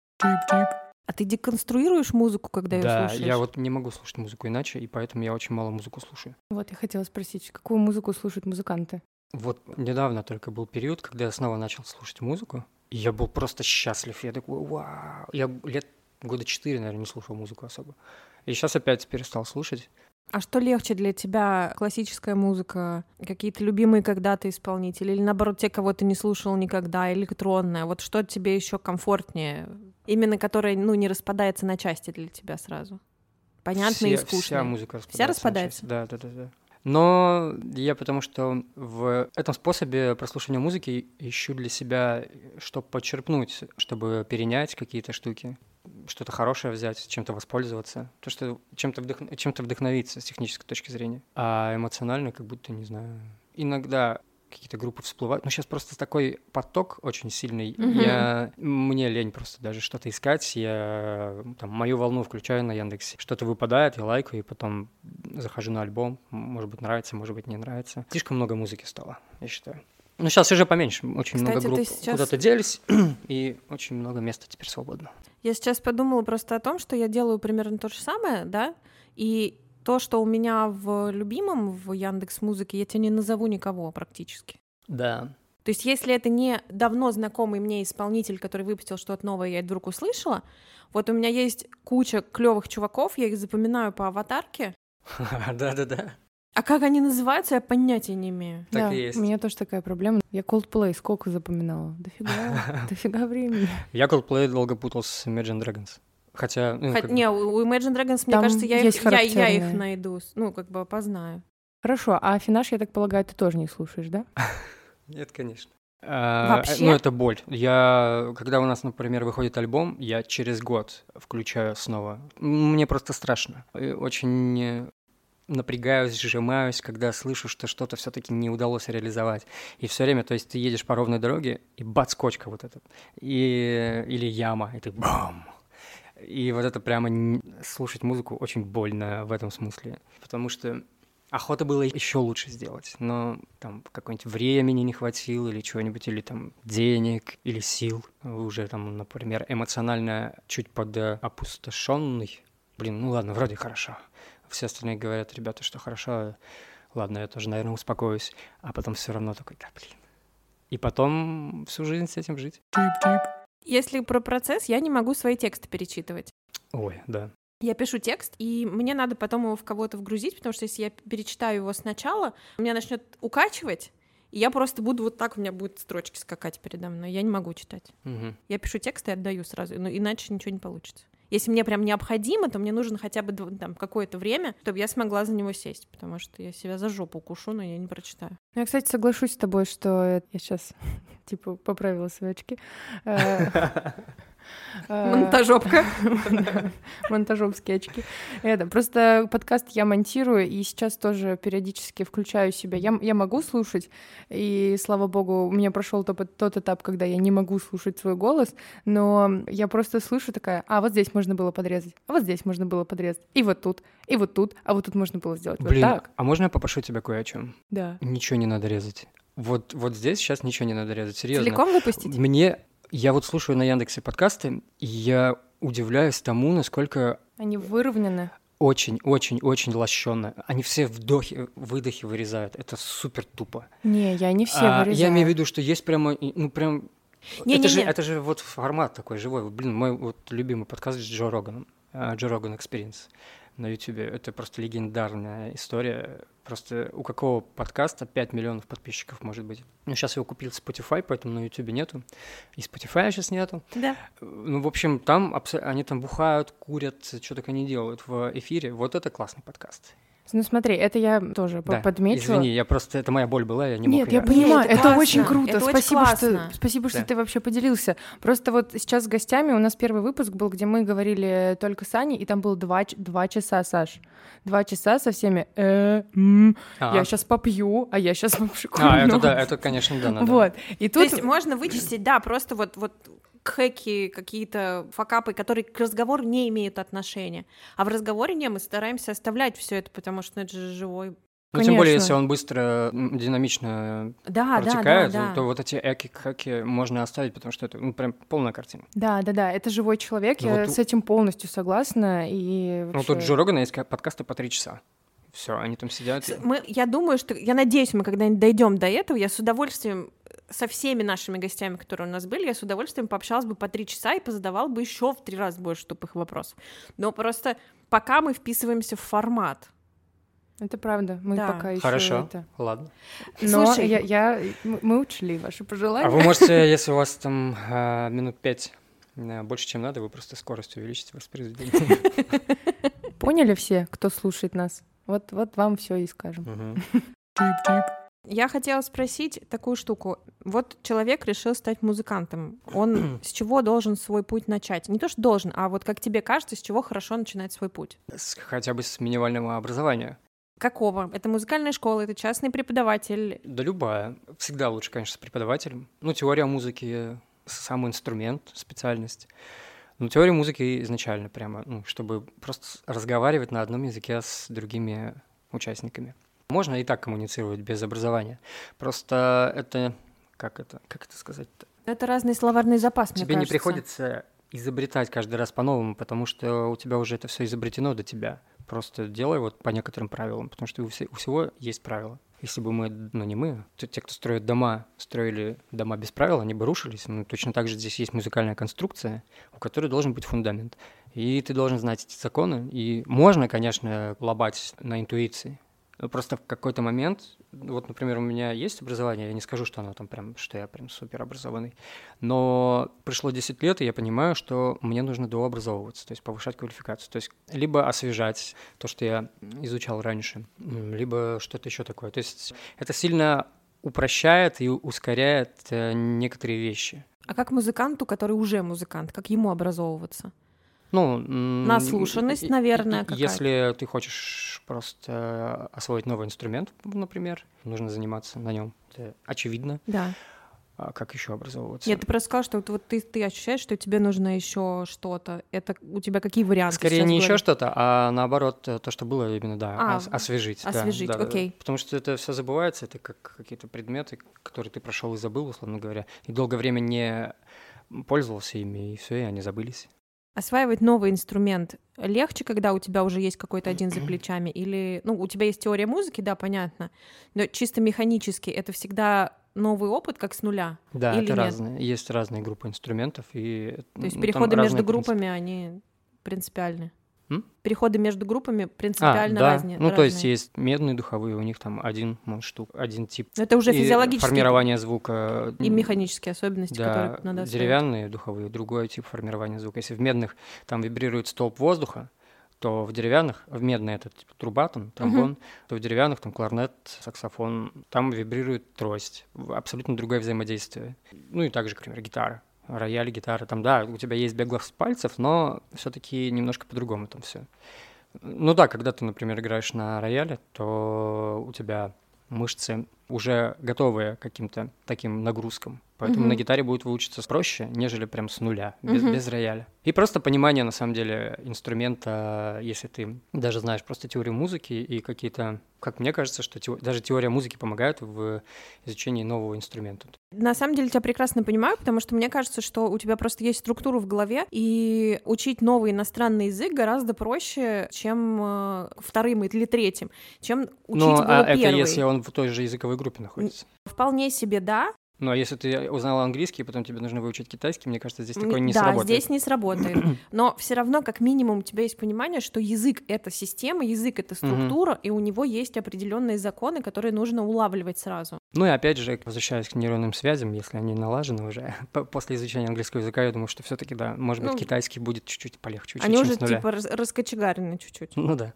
Speaker 2: А ты деконструируешь музыку, когда ее
Speaker 1: Да,
Speaker 2: слушаешь?
Speaker 1: я вот не могу слушать музыку иначе, и поэтому я очень мало музыку слушаю.
Speaker 3: Вот я хотела спросить, какую музыку слушают музыканты?
Speaker 1: Вот недавно только был период, когда я снова начал слушать музыку, и я был просто счастлив. Я такой, вау! Я лет года четыре, наверное, не слушал музыку особо. И сейчас опять перестал слушать.
Speaker 2: А что легче для тебя? Классическая музыка, какие-то любимые когда-то исполнители, или наоборот, те, кого ты не слушал никогда, электронная? Вот что тебе еще комфортнее? Именно которая, ну, не распадается на части для тебя сразу. Понятно и
Speaker 1: Все-
Speaker 2: скучно.
Speaker 1: Вся музыка распадается.
Speaker 2: Вся
Speaker 1: на
Speaker 2: распадается?
Speaker 1: части. Да, да, да, да. Но я потому что в этом способе прослушивания музыки ищу для себя, что подчерпнуть, чтобы перенять какие-то штуки, что-то хорошее взять, чем-то воспользоваться, то, что чем-то, вдох- чем-то вдохновиться с технической точки зрения. А эмоционально как будто, не знаю, иногда какие-то группы всплывают. Но сейчас просто такой поток очень сильный.
Speaker 2: Мгм.
Speaker 1: Я... Мне лень просто даже что-то искать. Я там мою волну включаю на Яндексе. Что-то выпадает, я лайкаю, и потом захожу на альбом. Может быть, нравится, может быть, не нравится. Слишком много музыки стало, я считаю. Ну, сейчас уже поменьше. Очень много
Speaker 2: Кстати, ты
Speaker 1: групп
Speaker 2: сейчас-
Speaker 1: куда-то делись, и очень много места теперь свободно.
Speaker 2: Я сейчас подумала просто о том, что я делаю примерно то же самое, да, и то, что у меня в любимом в Яндекс.Музыке, я тебе не назову никого практически.
Speaker 1: Да.
Speaker 2: То есть если это не давно знакомый мне исполнитель, который выпустил что-то новое, я это вдруг услышала, вот у меня есть куча клевых чуваков, я их запоминаю по аватарке,
Speaker 1: Да-да-да.
Speaker 2: а как они называются, я понятия не имею.
Speaker 1: Так
Speaker 3: Да,
Speaker 1: и есть.
Speaker 3: у меня тоже такая проблема. Я Coldplay сколько запоминала? Дофига, дофига времени.
Speaker 1: Я Coldplay долго путал с Imagine Dragons. Хотя, ну,
Speaker 2: Хоть-
Speaker 1: как бы-
Speaker 2: не, у у Imagine Dragons, мне
Speaker 3: Там
Speaker 2: кажется, я их,
Speaker 3: есть
Speaker 2: я, я их
Speaker 3: характерные.
Speaker 2: найду, ну, как бы познаю.
Speaker 3: Хорошо, а Афинаж, я так полагаю, ты тоже не слушаешь, да?
Speaker 1: Нет, конечно. А,
Speaker 2: Вообще?
Speaker 1: Ну, это боль. Я, когда у нас, например, выходит альбом, я через год включаю снова. Мне просто страшно. И очень э, напрягаюсь, сжимаюсь, когда слышу, что что-то все-таки не удалось реализовать. И все время, то есть ты едешь по ровной дороге, и бац, кочка вот этот. И, или яма, и ты бам! И вот это прямо н- слушать музыку очень больно в этом смысле. Потому что охота было еще лучше сделать, но там какое-нибудь времени не хватило или чего-нибудь, или там денег, или сил. Уже там, например, эмоционально чуть подопустошенный. Блин, ну ладно, вроде хорошо. Все остальные говорят, ребята, что хорошо. Ладно, я тоже, наверное, успокоюсь. А потом все равно такой, да, блин. И потом всю жизнь с этим жить.
Speaker 2: Если про процесс, я не могу свои тексты перечитывать.
Speaker 1: Ой, да.
Speaker 2: Я пишу текст, и мне надо потом его в кого-то вгрузить, потому что если я перечитаю его сначала, меня начнет укачивать, и я просто буду вот так, у меня будут строчки скакать передо мной. Я не могу читать.
Speaker 1: Мгм.
Speaker 2: Я пишу текст и отдаю сразу, ну, иначе ничего не получится. Если мне прям необходимо, то мне нужно хотя бы дв- там какое-то время, чтобы я смогла за него сесть, потому что я себя за жопу укушу, но я не прочитаю.
Speaker 3: Ну, я, кстати, соглашусь с тобой, что я сейчас, типа, поправила свои очки. Э, э,
Speaker 2: Монтажопка.
Speaker 3: Да, монтажовские очки. Это, просто подкаст я монтирую, и сейчас тоже периодически включаю себя. Я, я могу слушать, и, слава богу, у меня прошел тот, тот этап, когда я не могу слушать свой голос, но я просто слышу такая, а вот здесь можно было подрезать, а вот здесь можно было подрезать, и вот тут, и вот тут, а вот тут можно было сделать
Speaker 1: Блин,
Speaker 3: вот так.
Speaker 1: а можно я попрошу тебя кое о чем?
Speaker 3: Да.
Speaker 1: Ничего не надо резать. Вот, вот здесь сейчас ничего не надо резать, серьезно.
Speaker 2: Целиком выпустить?
Speaker 1: Мне, я вот слушаю на Яндексе подкасты, и я удивляюсь тому, насколько
Speaker 3: Они выровнены.
Speaker 1: очень-очень-очень лощенно. Они все вдохи, выдохи вырезают. Это супер тупо.
Speaker 3: Не, я не все
Speaker 1: А,
Speaker 3: вырезаю.
Speaker 1: я имею в виду, что есть прямо, и- ну прям
Speaker 2: Не,
Speaker 1: это,
Speaker 2: не,
Speaker 1: же,
Speaker 2: не.
Speaker 1: это же вот формат такой живой. Блин, мой вот любимый подкаст с Джо Роганом, Джо Роган Experience на Ютубе. Это просто легендарная история. Просто у какого подкаста пять миллионов подписчиков может быть? Ну, сейчас его купил Spotify, поэтому на Ютубе нету. И Spotify сейчас нету.
Speaker 2: Да.
Speaker 1: Ну, в общем, там абс- они там бухают, курят, что только не делают в эфире. Вот это классный подкаст.
Speaker 3: Ну смотри, это я тоже
Speaker 1: Да,
Speaker 3: подмечу.
Speaker 1: извини, я просто, это моя боль была, я не мог
Speaker 3: Нет, я
Speaker 1: её-
Speaker 3: понимаю,
Speaker 2: это
Speaker 3: это,
Speaker 2: классно,
Speaker 3: очень круто.
Speaker 2: это очень
Speaker 3: спасибо,
Speaker 2: классно.
Speaker 3: что, спасибо, что
Speaker 1: Да.
Speaker 3: ты вообще поделился. Просто вот сейчас с гостями у нас первый выпуск был, где мы говорили только с Аней, и там было два, ч- два часа, Саш. Два часа со всеми э, м,
Speaker 1: А.
Speaker 3: я сейчас попью, а я сейчас
Speaker 1: А, это да, это, конечно, да, надо.
Speaker 3: Вот. И
Speaker 2: То
Speaker 3: тут
Speaker 2: есть можно вычистить, да, просто вот, вот хэки, какие-то факапы, которые к разговору не имеют отношения. А в разговоре не, мы стараемся оставлять все это, потому что это же живой.
Speaker 1: Ну, тем более,
Speaker 3: Конечно.
Speaker 1: если он быстро, м, динамично
Speaker 2: Да, да, да,
Speaker 1: протекает,
Speaker 2: да.
Speaker 1: то вот эти эки-хэки можно оставить, потому что это ну, прям полная картина.
Speaker 3: Да, да, да, это живой человек,
Speaker 1: Ну,
Speaker 3: я
Speaker 1: вот у-
Speaker 3: с этим полностью согласна. И
Speaker 1: Ну,
Speaker 3: вообще-
Speaker 1: тут Джо Рогана есть ка- подкасты по три часа. Все, они там сидят. и-
Speaker 2: Мы, я думаю, что, я надеюсь, мы когда-нибудь дойдем до этого, я с удовольствием со всеми нашими гостями, которые у нас были, я с удовольствием пообщалась бы по три часа и позадавала бы еще в три раза больше тупых вопросов. Но просто пока мы вписываемся в формат.
Speaker 3: Это правда, мы
Speaker 2: Да.
Speaker 3: пока еще
Speaker 1: Хорошо,
Speaker 3: это.
Speaker 1: ладно.
Speaker 3: Но
Speaker 2: Слушай,
Speaker 3: я, я, м- мы учли ваши пожелания.
Speaker 1: А вы можете, если у вас там а, минут пять а, больше, чем надо, вы просто скорость увеличите воспроизведение.
Speaker 3: Поняли все, кто слушает нас? Вот, вот вам все и скажем.
Speaker 1: Мгм.
Speaker 2: Я хотела спросить такую штуку. Вот человек решил стать музыкантом. Он с чего должен свой путь начать? Не то, что должен, а вот как тебе кажется, с чего хорошо начинать свой путь?
Speaker 1: С- Хотя бы с минимального образования.
Speaker 2: Какого? Это музыкальная школа, это частный преподаватель.
Speaker 1: Да любая. Всегда лучше, конечно, с преподавателем. Ну, теория музыки — сам инструмент, специальность. Ну, теория музыки изначально прямо, ну, чтобы просто разговаривать на одном языке с другими участниками. Можно и так коммуницировать без образования. Просто это... Как это, как это сказать-то?
Speaker 2: Это разный словарный запас, мне
Speaker 1: Тебе не
Speaker 2: кажется.
Speaker 1: приходится изобретать каждый раз по-новому, потому что у тебя уже это все изобретено до тебя. Просто делай вот по некоторым правилам, потому что у, все- у всего есть правила. Если бы мы, ну не мы, то те, кто строит дома, строили дома без правил, они бы рушились. Ну, точно так же здесь есть музыкальная конструкция, у которой должен быть фундамент. И ты должен знать эти законы. И можно, конечно, лобать на интуиции. Но просто в какой-то момент, вот, например, у меня есть образование, я не скажу, что оно там прям, что я прям суперобразованный, но пришло десять лет, и я понимаю, что мне нужно дообразовываться, то есть повышать квалификацию, то есть либо освежать то, что я изучал раньше, м, либо что-то еще такое. То есть это сильно упрощает и ускоряет э, некоторые вещи.
Speaker 2: А как музыканту, который уже музыкант, как ему образовываться?
Speaker 1: Ну, м,
Speaker 2: Наслушанность,
Speaker 1: и- и-
Speaker 2: наверное,
Speaker 1: и-
Speaker 2: какая-то.
Speaker 1: Если ты хочешь просто освоить новый инструмент, например, нужно заниматься на нем. Это очевидно.
Speaker 2: Да.
Speaker 1: А как еще образовываться?
Speaker 2: Нет, ты просто сказал, что вот, вот ты, ты ощущаешь, что тебе нужно еще что-то. Это у тебя какие варианты?
Speaker 1: Скорее
Speaker 2: сейчас
Speaker 1: не
Speaker 2: в
Speaker 1: еще
Speaker 2: голове?
Speaker 1: что-то, а наоборот то, что было именно, да,
Speaker 2: А,
Speaker 1: ос- освежить. да,
Speaker 2: освежить,
Speaker 1: да, да, да.
Speaker 2: окей.
Speaker 1: Потому что это все забывается, это как какие-то предметы, которые ты прошел и забыл, условно говоря, и долгое время не пользовался ими, и все, и они забылись.
Speaker 2: Осваивать новый инструмент легче, когда у тебя уже есть какой-то один за плечами? Или, ну, у тебя есть теория музыки, да, понятно, но чисто механически это всегда новый опыт, как с нуля?
Speaker 1: Да,
Speaker 2: Или
Speaker 1: это
Speaker 2: нет?
Speaker 1: разные. Есть разные группы инструментов. И,
Speaker 2: То есть
Speaker 1: ну, там
Speaker 2: переходы между
Speaker 1: разные принципы.
Speaker 2: группами, они принципиальны?
Speaker 1: М?
Speaker 2: Переходы между группами
Speaker 1: А,
Speaker 2: принципиально
Speaker 1: да.
Speaker 2: разные.
Speaker 1: Ну, то есть
Speaker 2: разные.
Speaker 1: есть медные духовые, у них там один может, штук, один тип.
Speaker 2: Но это уже
Speaker 1: И
Speaker 2: физиологические
Speaker 1: формирование звука.
Speaker 2: и механические особенности,
Speaker 1: Да,
Speaker 2: которые надо освоить.
Speaker 1: деревянные духовые, другой тип формирования звука. Если в медных там вибрирует столб воздуха, то в деревянных, в медной это типа труба, там, тромбон, то в деревянных там кларнет, саксофон, там вибрирует трость. Абсолютно другое взаимодействие. Ну и также, например, гитара. Рояль, гитара, там, да, у тебя есть беглов пальцев, но все-таки немножко по-другому там все. Ну да, когда ты, например, играешь на рояле, то у тебя мышцы уже готовые к каким-то таким нагрузкам. Поэтому
Speaker 2: Мгм.
Speaker 1: на гитаре будет выучиться проще, нежели прям с нуля, без,
Speaker 2: Мгм.
Speaker 1: без рояля. И просто понимание, на самом деле, инструмента, если ты даже знаешь просто теорию музыки и какие-то... Как мне кажется, что тео- даже теория музыки помогает в изучении нового инструмента.
Speaker 2: На самом деле тебя прекрасно понимаю, потому что мне кажется, что у тебя просто есть структура в голове, и учить новый иностранный язык гораздо проще, чем э, вторым или третьим, чем учить
Speaker 1: Ну,
Speaker 2: было
Speaker 1: а это
Speaker 2: первый.
Speaker 1: если он в той же языковой группе находится.
Speaker 2: Вполне себе, да.
Speaker 1: Ну, а если ты узнала английский, и потом тебе нужно выучить китайский, мне кажется, здесь такое не
Speaker 2: да,
Speaker 1: сработает.
Speaker 2: Да, здесь не сработает. Но все равно, как минимум, у тебя есть понимание, что язык — это система, язык — это структура, mm-hmm. и у него есть определенные законы, которые нужно улавливать сразу.
Speaker 1: Ну и опять же, возвращаясь к нейронным связям, если они налажены уже, после изучения английского языка, я думаю, что все-таки да, может быть, ну, китайский будет чуть-чуть полегче.
Speaker 2: Они уже типа раскочегарены чуть-чуть.
Speaker 1: Ну да.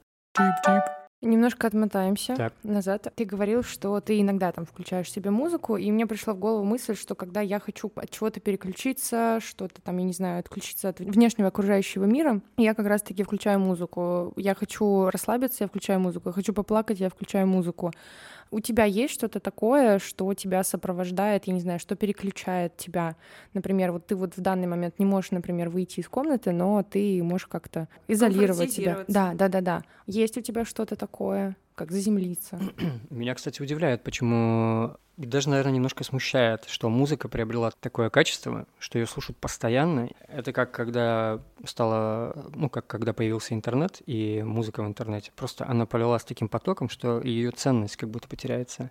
Speaker 3: Немножко отмотаемся
Speaker 1: так.
Speaker 3: назад. Ты говорил, что ты иногда там включаешь себе музыку, и мне пришла в голову мысль, что когда я хочу от чего-то переключиться, что-то там, я не знаю, отключиться от внешнего окружающего мира, я как раз-таки включаю музыку. Я хочу расслабиться, я включаю музыку. Я хочу поплакать, я включаю музыку. У тебя есть что-то такое, что тебя сопровождает, я не знаю, что переключает тебя? Например, вот ты вот в данный момент не можешь, например, выйти из комнаты, но ты можешь как-то изолировать себя. Да, да, да, да. Есть у тебя что-то такое, как заземлиться?
Speaker 1: Меня, кстати, удивляет, почему... И даже, наверное, немножко смущает, что музыка приобрела такое качество, что ее слушают постоянно. Это как когда стало, ну, как когда появился интернет и музыка в интернете. Просто она полилась таким потоком, что ее ценность как будто потеряется.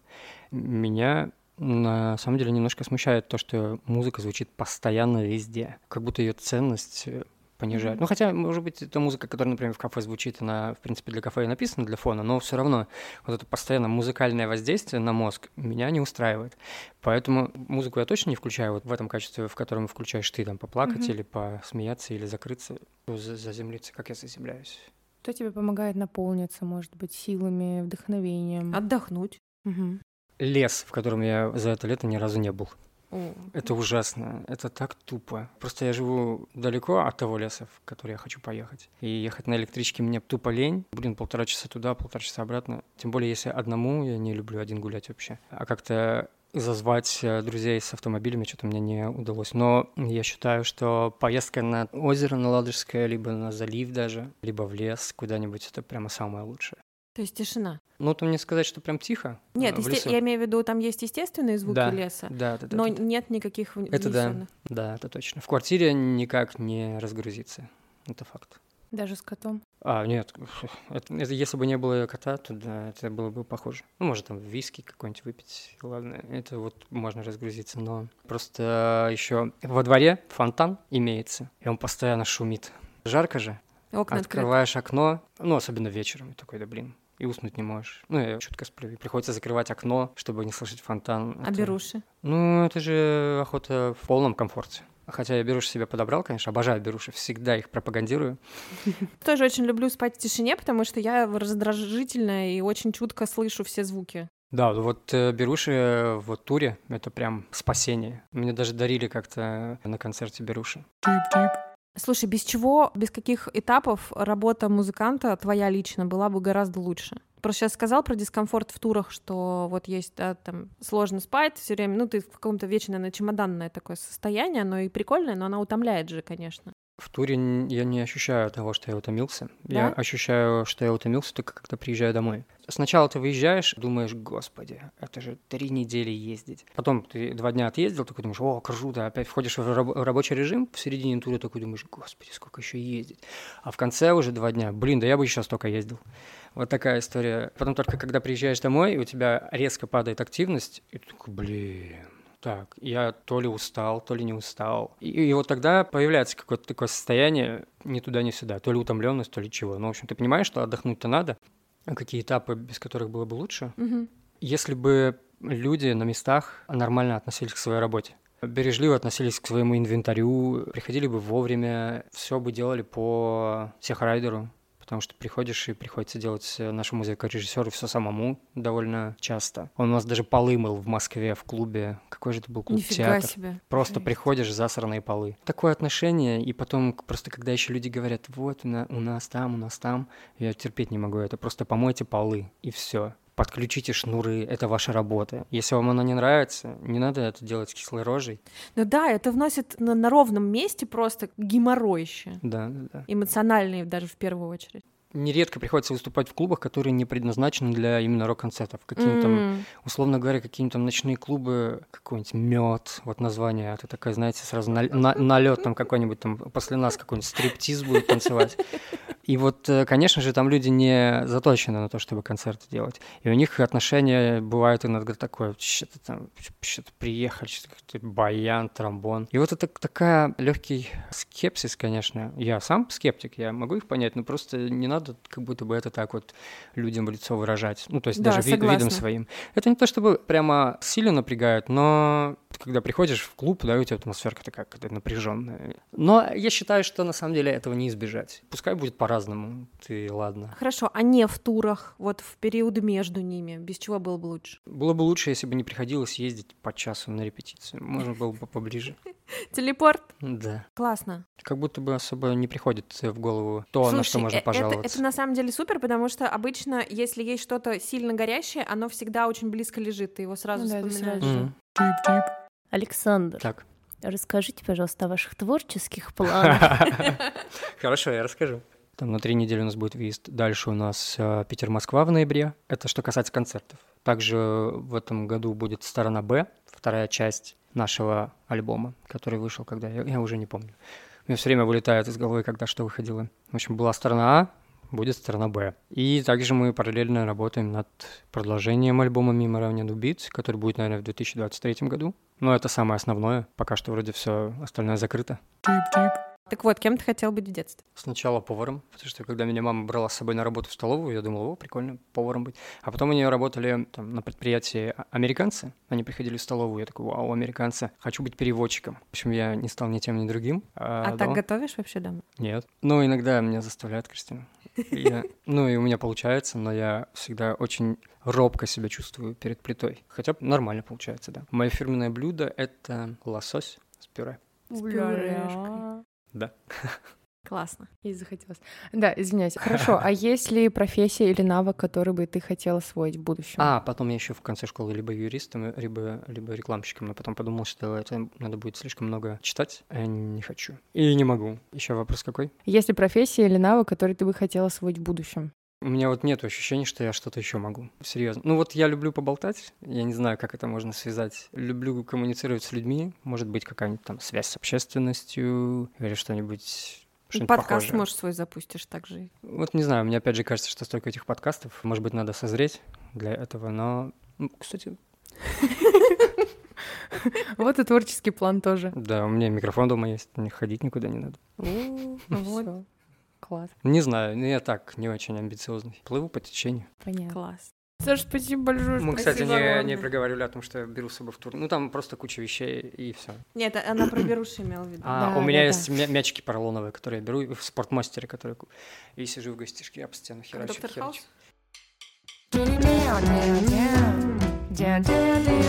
Speaker 1: Меня на самом деле немножко смущает то, что музыка звучит постоянно везде. Как будто ее ценность понижает. Mm-hmm. Ну, хотя, может быть, это музыка, которая, например, в кафе звучит, она, в принципе, для кафе и написана для фона, но все равно вот это постоянно музыкальное воздействие на мозг меня не устраивает. Поэтому музыку я точно не включаю вот в этом качестве, в котором включаешь ты, там, поплакать mm-hmm. или посмеяться, или закрыться, заземлиться, как я заземляюсь.
Speaker 3: Что тебе помогает наполниться, может быть, силами, вдохновением?
Speaker 2: Отдохнуть.
Speaker 3: Mm-hmm.
Speaker 1: Лес, в котором я за это лето ни разу не был.
Speaker 2: О.
Speaker 1: Это ужасно, это так тупо. Просто я живу далеко от того леса, в который я хочу поехать. И ехать на электричке мне тупо лень. Блин, полтора часа туда, полтора часа обратно. Тем более, если одному, я не люблю один гулять вообще. А как-то зазвать друзей с автомобилями что-то мне не удалось. Но я считаю, что поездка на озеро, на Ладожское, либо на залив даже, либо в лес куда-нибудь, это прямо самое лучшее.
Speaker 2: То есть тишина?
Speaker 1: Ну, там не сказать, что прям тихо.
Speaker 2: Нет, есте... я имею в виду, там есть естественные звуки
Speaker 1: да,
Speaker 2: леса,
Speaker 1: да, да, да,
Speaker 2: но
Speaker 1: да, да.
Speaker 2: нет никаких внесенных.
Speaker 1: Это да, да, это точно. В квартире никак не разгрузиться, это факт.
Speaker 3: Даже с котом?
Speaker 1: А, нет, это, это, если бы не было кота, то да, это было бы похоже. Ну, может, там виски какой-нибудь выпить, ладно, это вот можно разгрузиться, но просто еще во дворе фонтан имеется, и он постоянно шумит. Жарко же.
Speaker 2: Окна
Speaker 1: Открываешь
Speaker 2: открыты.
Speaker 1: окно, ну, особенно вечером, и такой, да блин, и уснуть не можешь. Ну, я чутко сплю, и приходится закрывать окно, чтобы не слышать фонтан.
Speaker 2: А
Speaker 1: это...
Speaker 2: беруши?
Speaker 1: Ну, это же охота в полном комфорте. Хотя я беруши себе подобрал, конечно, обожаю беруши, всегда их пропагандирую.
Speaker 2: Тоже очень люблю спать в тишине, потому что я раздражительная и очень чутко слышу все звуки.
Speaker 1: Да, вот беруши в туре — это прям спасение. Мне даже дарили как-то на концерте беруши.
Speaker 2: Слушай, без чего, без каких этапов работа музыканта твоя лично была бы гораздо лучше? Просто сейчас сказал про дискомфорт в турах, что вот есть, да, там сложно спать все время, ну ты в каком-то вечно, наверное, чемоданное такое состояние, оно и прикольное, но оно утомляет же, конечно.
Speaker 1: В туре я не ощущаю того, что я утомился.
Speaker 2: Да?
Speaker 1: Я ощущаю, что я утомился только когда приезжаю домой. Сначала ты выезжаешь, думаешь, господи, это же три недели ездить. Потом ты два дня отъездил, такой думаешь, о, круто, опять входишь в раб- рабочий режим, в середине тура такой думаешь, господи, сколько еще ездить. А в конце уже два дня, блин, да я бы еще столько ездил. Вот такая история. Потом только когда приезжаешь домой, и у тебя резко падает активность, и ты такой, блин... Так, я то ли устал, то ли не устал. И, и вот тогда появляется какое-то такое состояние ни туда, ни сюда. То ли утомленность, то ли чего. Ну, в общем, ты понимаешь, что отдохнуть-то надо. А какие этапы, без которых было бы лучше?
Speaker 2: Угу.
Speaker 1: Если бы люди на местах нормально относились к своей работе, бережливо относились к своему инвентарю, приходили бы вовремя, все бы делали по техрайдеру. Потому что приходишь и приходится делать нашему звукорежиссеру все самому довольно часто. Он у нас даже полы мыл в Москве в клубе. Какой же это был клуб?
Speaker 2: Нифига
Speaker 1: Театр.
Speaker 2: себе.
Speaker 1: Просто
Speaker 2: Жесть.
Speaker 1: Приходишь, засранные полы. Такое отношение, и потом просто когда еще люди говорят, вот у нас там, у нас там, я терпеть не могу это. Просто помойте полы, и все. Подключите шнуры, это ваша работа. Если вам она не нравится, не надо это делать с кислой рожей.
Speaker 2: Ну да, это вносит на, на ровном месте просто геморрой еще.
Speaker 1: Да, да, да.
Speaker 2: Эмоциональный даже в первую очередь.
Speaker 1: Нередко приходится выступать в клубах, которые не предназначены для именно рок-концертов. Какие-нибудь
Speaker 2: Mm.
Speaker 1: там, условно говоря, какие-нибудь там ночные клубы, какой-нибудь мед, вот название, это такая, знаете, сразу на, на, налет там какой-нибудь там, после нас какой-нибудь стриптиз будет танцевать. И вот, конечно же, там люди не заточены на то, чтобы концерты делать. И у них отношения бывают иногда такое, что-то там, что-то приехали, что-то баян, тромбон. И вот это такая легкий скепсис, конечно. Я сам скептик, я могу их понять, но просто не надо как будто бы это так вот людям в лицо выражать. Ну, то есть
Speaker 2: Да,
Speaker 1: даже ви- видом своим. Это не то, чтобы прямо сильно напрягает, но когда приходишь в клуб, да, у тебя атмосферка такая какая-то напряженная. Но я считаю, что на самом деле этого не избежать. Пускай будет по-разному, ты ладно.
Speaker 2: Хорошо, а не в турах, вот в периоды между ними, без чего было бы лучше?
Speaker 1: Было бы лучше, если бы не приходилось ездить по часу на репетицию. Можно было бы поближе.
Speaker 2: Телепорт?
Speaker 1: Да.
Speaker 2: Классно.
Speaker 1: Как будто бы особо не приходит в голову то,
Speaker 2: Слушай,
Speaker 1: на что можно
Speaker 2: э-
Speaker 1: пожаловаться.
Speaker 2: Это, это на самом деле супер, потому что обычно, если есть что-то сильно горящее, оно всегда очень близко лежит, ты его сразу
Speaker 3: Ну да, это
Speaker 2: вспоминаешь.
Speaker 3: сразу же.
Speaker 1: Мгм.
Speaker 4: Александр,
Speaker 1: Так.
Speaker 4: расскажите, пожалуйста, о ваших творческих планах.
Speaker 1: Хорошо, я расскажу. Там на три недели у нас будет выезд. Дальше у нас э, Питер-Москва в ноябре. Это что касается концертов. Также в этом году будет «Сторона Б», вторая часть нашего альбома, который вышел, когда я, я уже не помню. У меня все время вылетает из головы, когда что выходило. В общем, была «Сторона А», будет «Сторона Б». И также мы параллельно работаем над продолжением альбома «Мимо равнину бит», который будет, наверное, в две тысячи двадцать третьем году. Но это самое основное. Пока что вроде все остальное закрыто.
Speaker 2: Так вот, кем ты хотел быть в детстве?
Speaker 1: Сначала поваром, потому что когда меня мама брала с собой на работу в столовую, я думал, о, прикольно, поваром быть. А потом у нее работали там, на предприятии американцы, они приходили в столовую, я такой, вау, американцы, хочу быть переводчиком. В общем, я не стал ни тем, ни другим.
Speaker 2: А,
Speaker 1: А,
Speaker 2: так
Speaker 1: дома-
Speaker 2: готовишь вообще дома?
Speaker 1: Нет. Ну, иногда меня заставляют, Кристина. И я- Ну, и у меня получается, но я всегда очень робко себя чувствую перед плитой. Хотя нормально получается, да. Мое фирменное блюдо — это лосось с пюре.
Speaker 2: С пюрешкой.
Speaker 1: Да.
Speaker 2: Классно.
Speaker 3: И захотелось. Да, извиняюсь. Хорошо, а есть ли профессия или навык, который бы ты хотела освоить в будущем?
Speaker 1: А, потом я еще в конце школы либо юристом, либо, либо рекламщиком, но потом подумал, что это надо будет слишком много читать, а я не хочу. И не могу. Еще вопрос какой?
Speaker 3: Есть ли профессия или навык, который ты бы хотела освоить в будущем?
Speaker 1: У меня вот нет ощущения, что я что-то еще могу. Серьезно. Ну вот я люблю поболтать. Я не знаю, как это можно связать. Люблю коммуницировать с людьми. Может быть, какая-нибудь там связь с общественностью или что-нибудь. Что-нибудь
Speaker 2: Подкаст,
Speaker 1: похожее.
Speaker 2: может, свой запустишь также.
Speaker 1: Вот не знаю, мне опять же кажется, что столько этих подкастов. Может быть, надо созреть для этого, но... Ну, кстати,
Speaker 3: Вот и творческий план тоже.
Speaker 1: да, у меня микрофон дома есть, мне ходить никуда не надо.
Speaker 3: Вот. Всё. Класс.
Speaker 1: Не знаю, ну я так, не очень амбициозный. Плыву по течению.
Speaker 3: Понятно.
Speaker 2: Класс.
Speaker 3: Саша, спасибо большое.
Speaker 1: Мы,
Speaker 3: что
Speaker 1: кстати,
Speaker 3: пришла.
Speaker 1: не, не
Speaker 2: огромное.
Speaker 1: проговаривали о том, что я беру с собой в тур. Ну, там просто куча вещей и все.
Speaker 2: Нет, она про беруши имела в виду.
Speaker 1: А,
Speaker 3: Да,
Speaker 1: у меня
Speaker 3: да,
Speaker 1: есть мя- мячики поролоновые, которые я беру в спортмастере, которые... ку- И сижу в гостишке, об стену
Speaker 2: Как
Speaker 1: херачу,
Speaker 2: Доктор
Speaker 1: херачу.
Speaker 2: Хаус?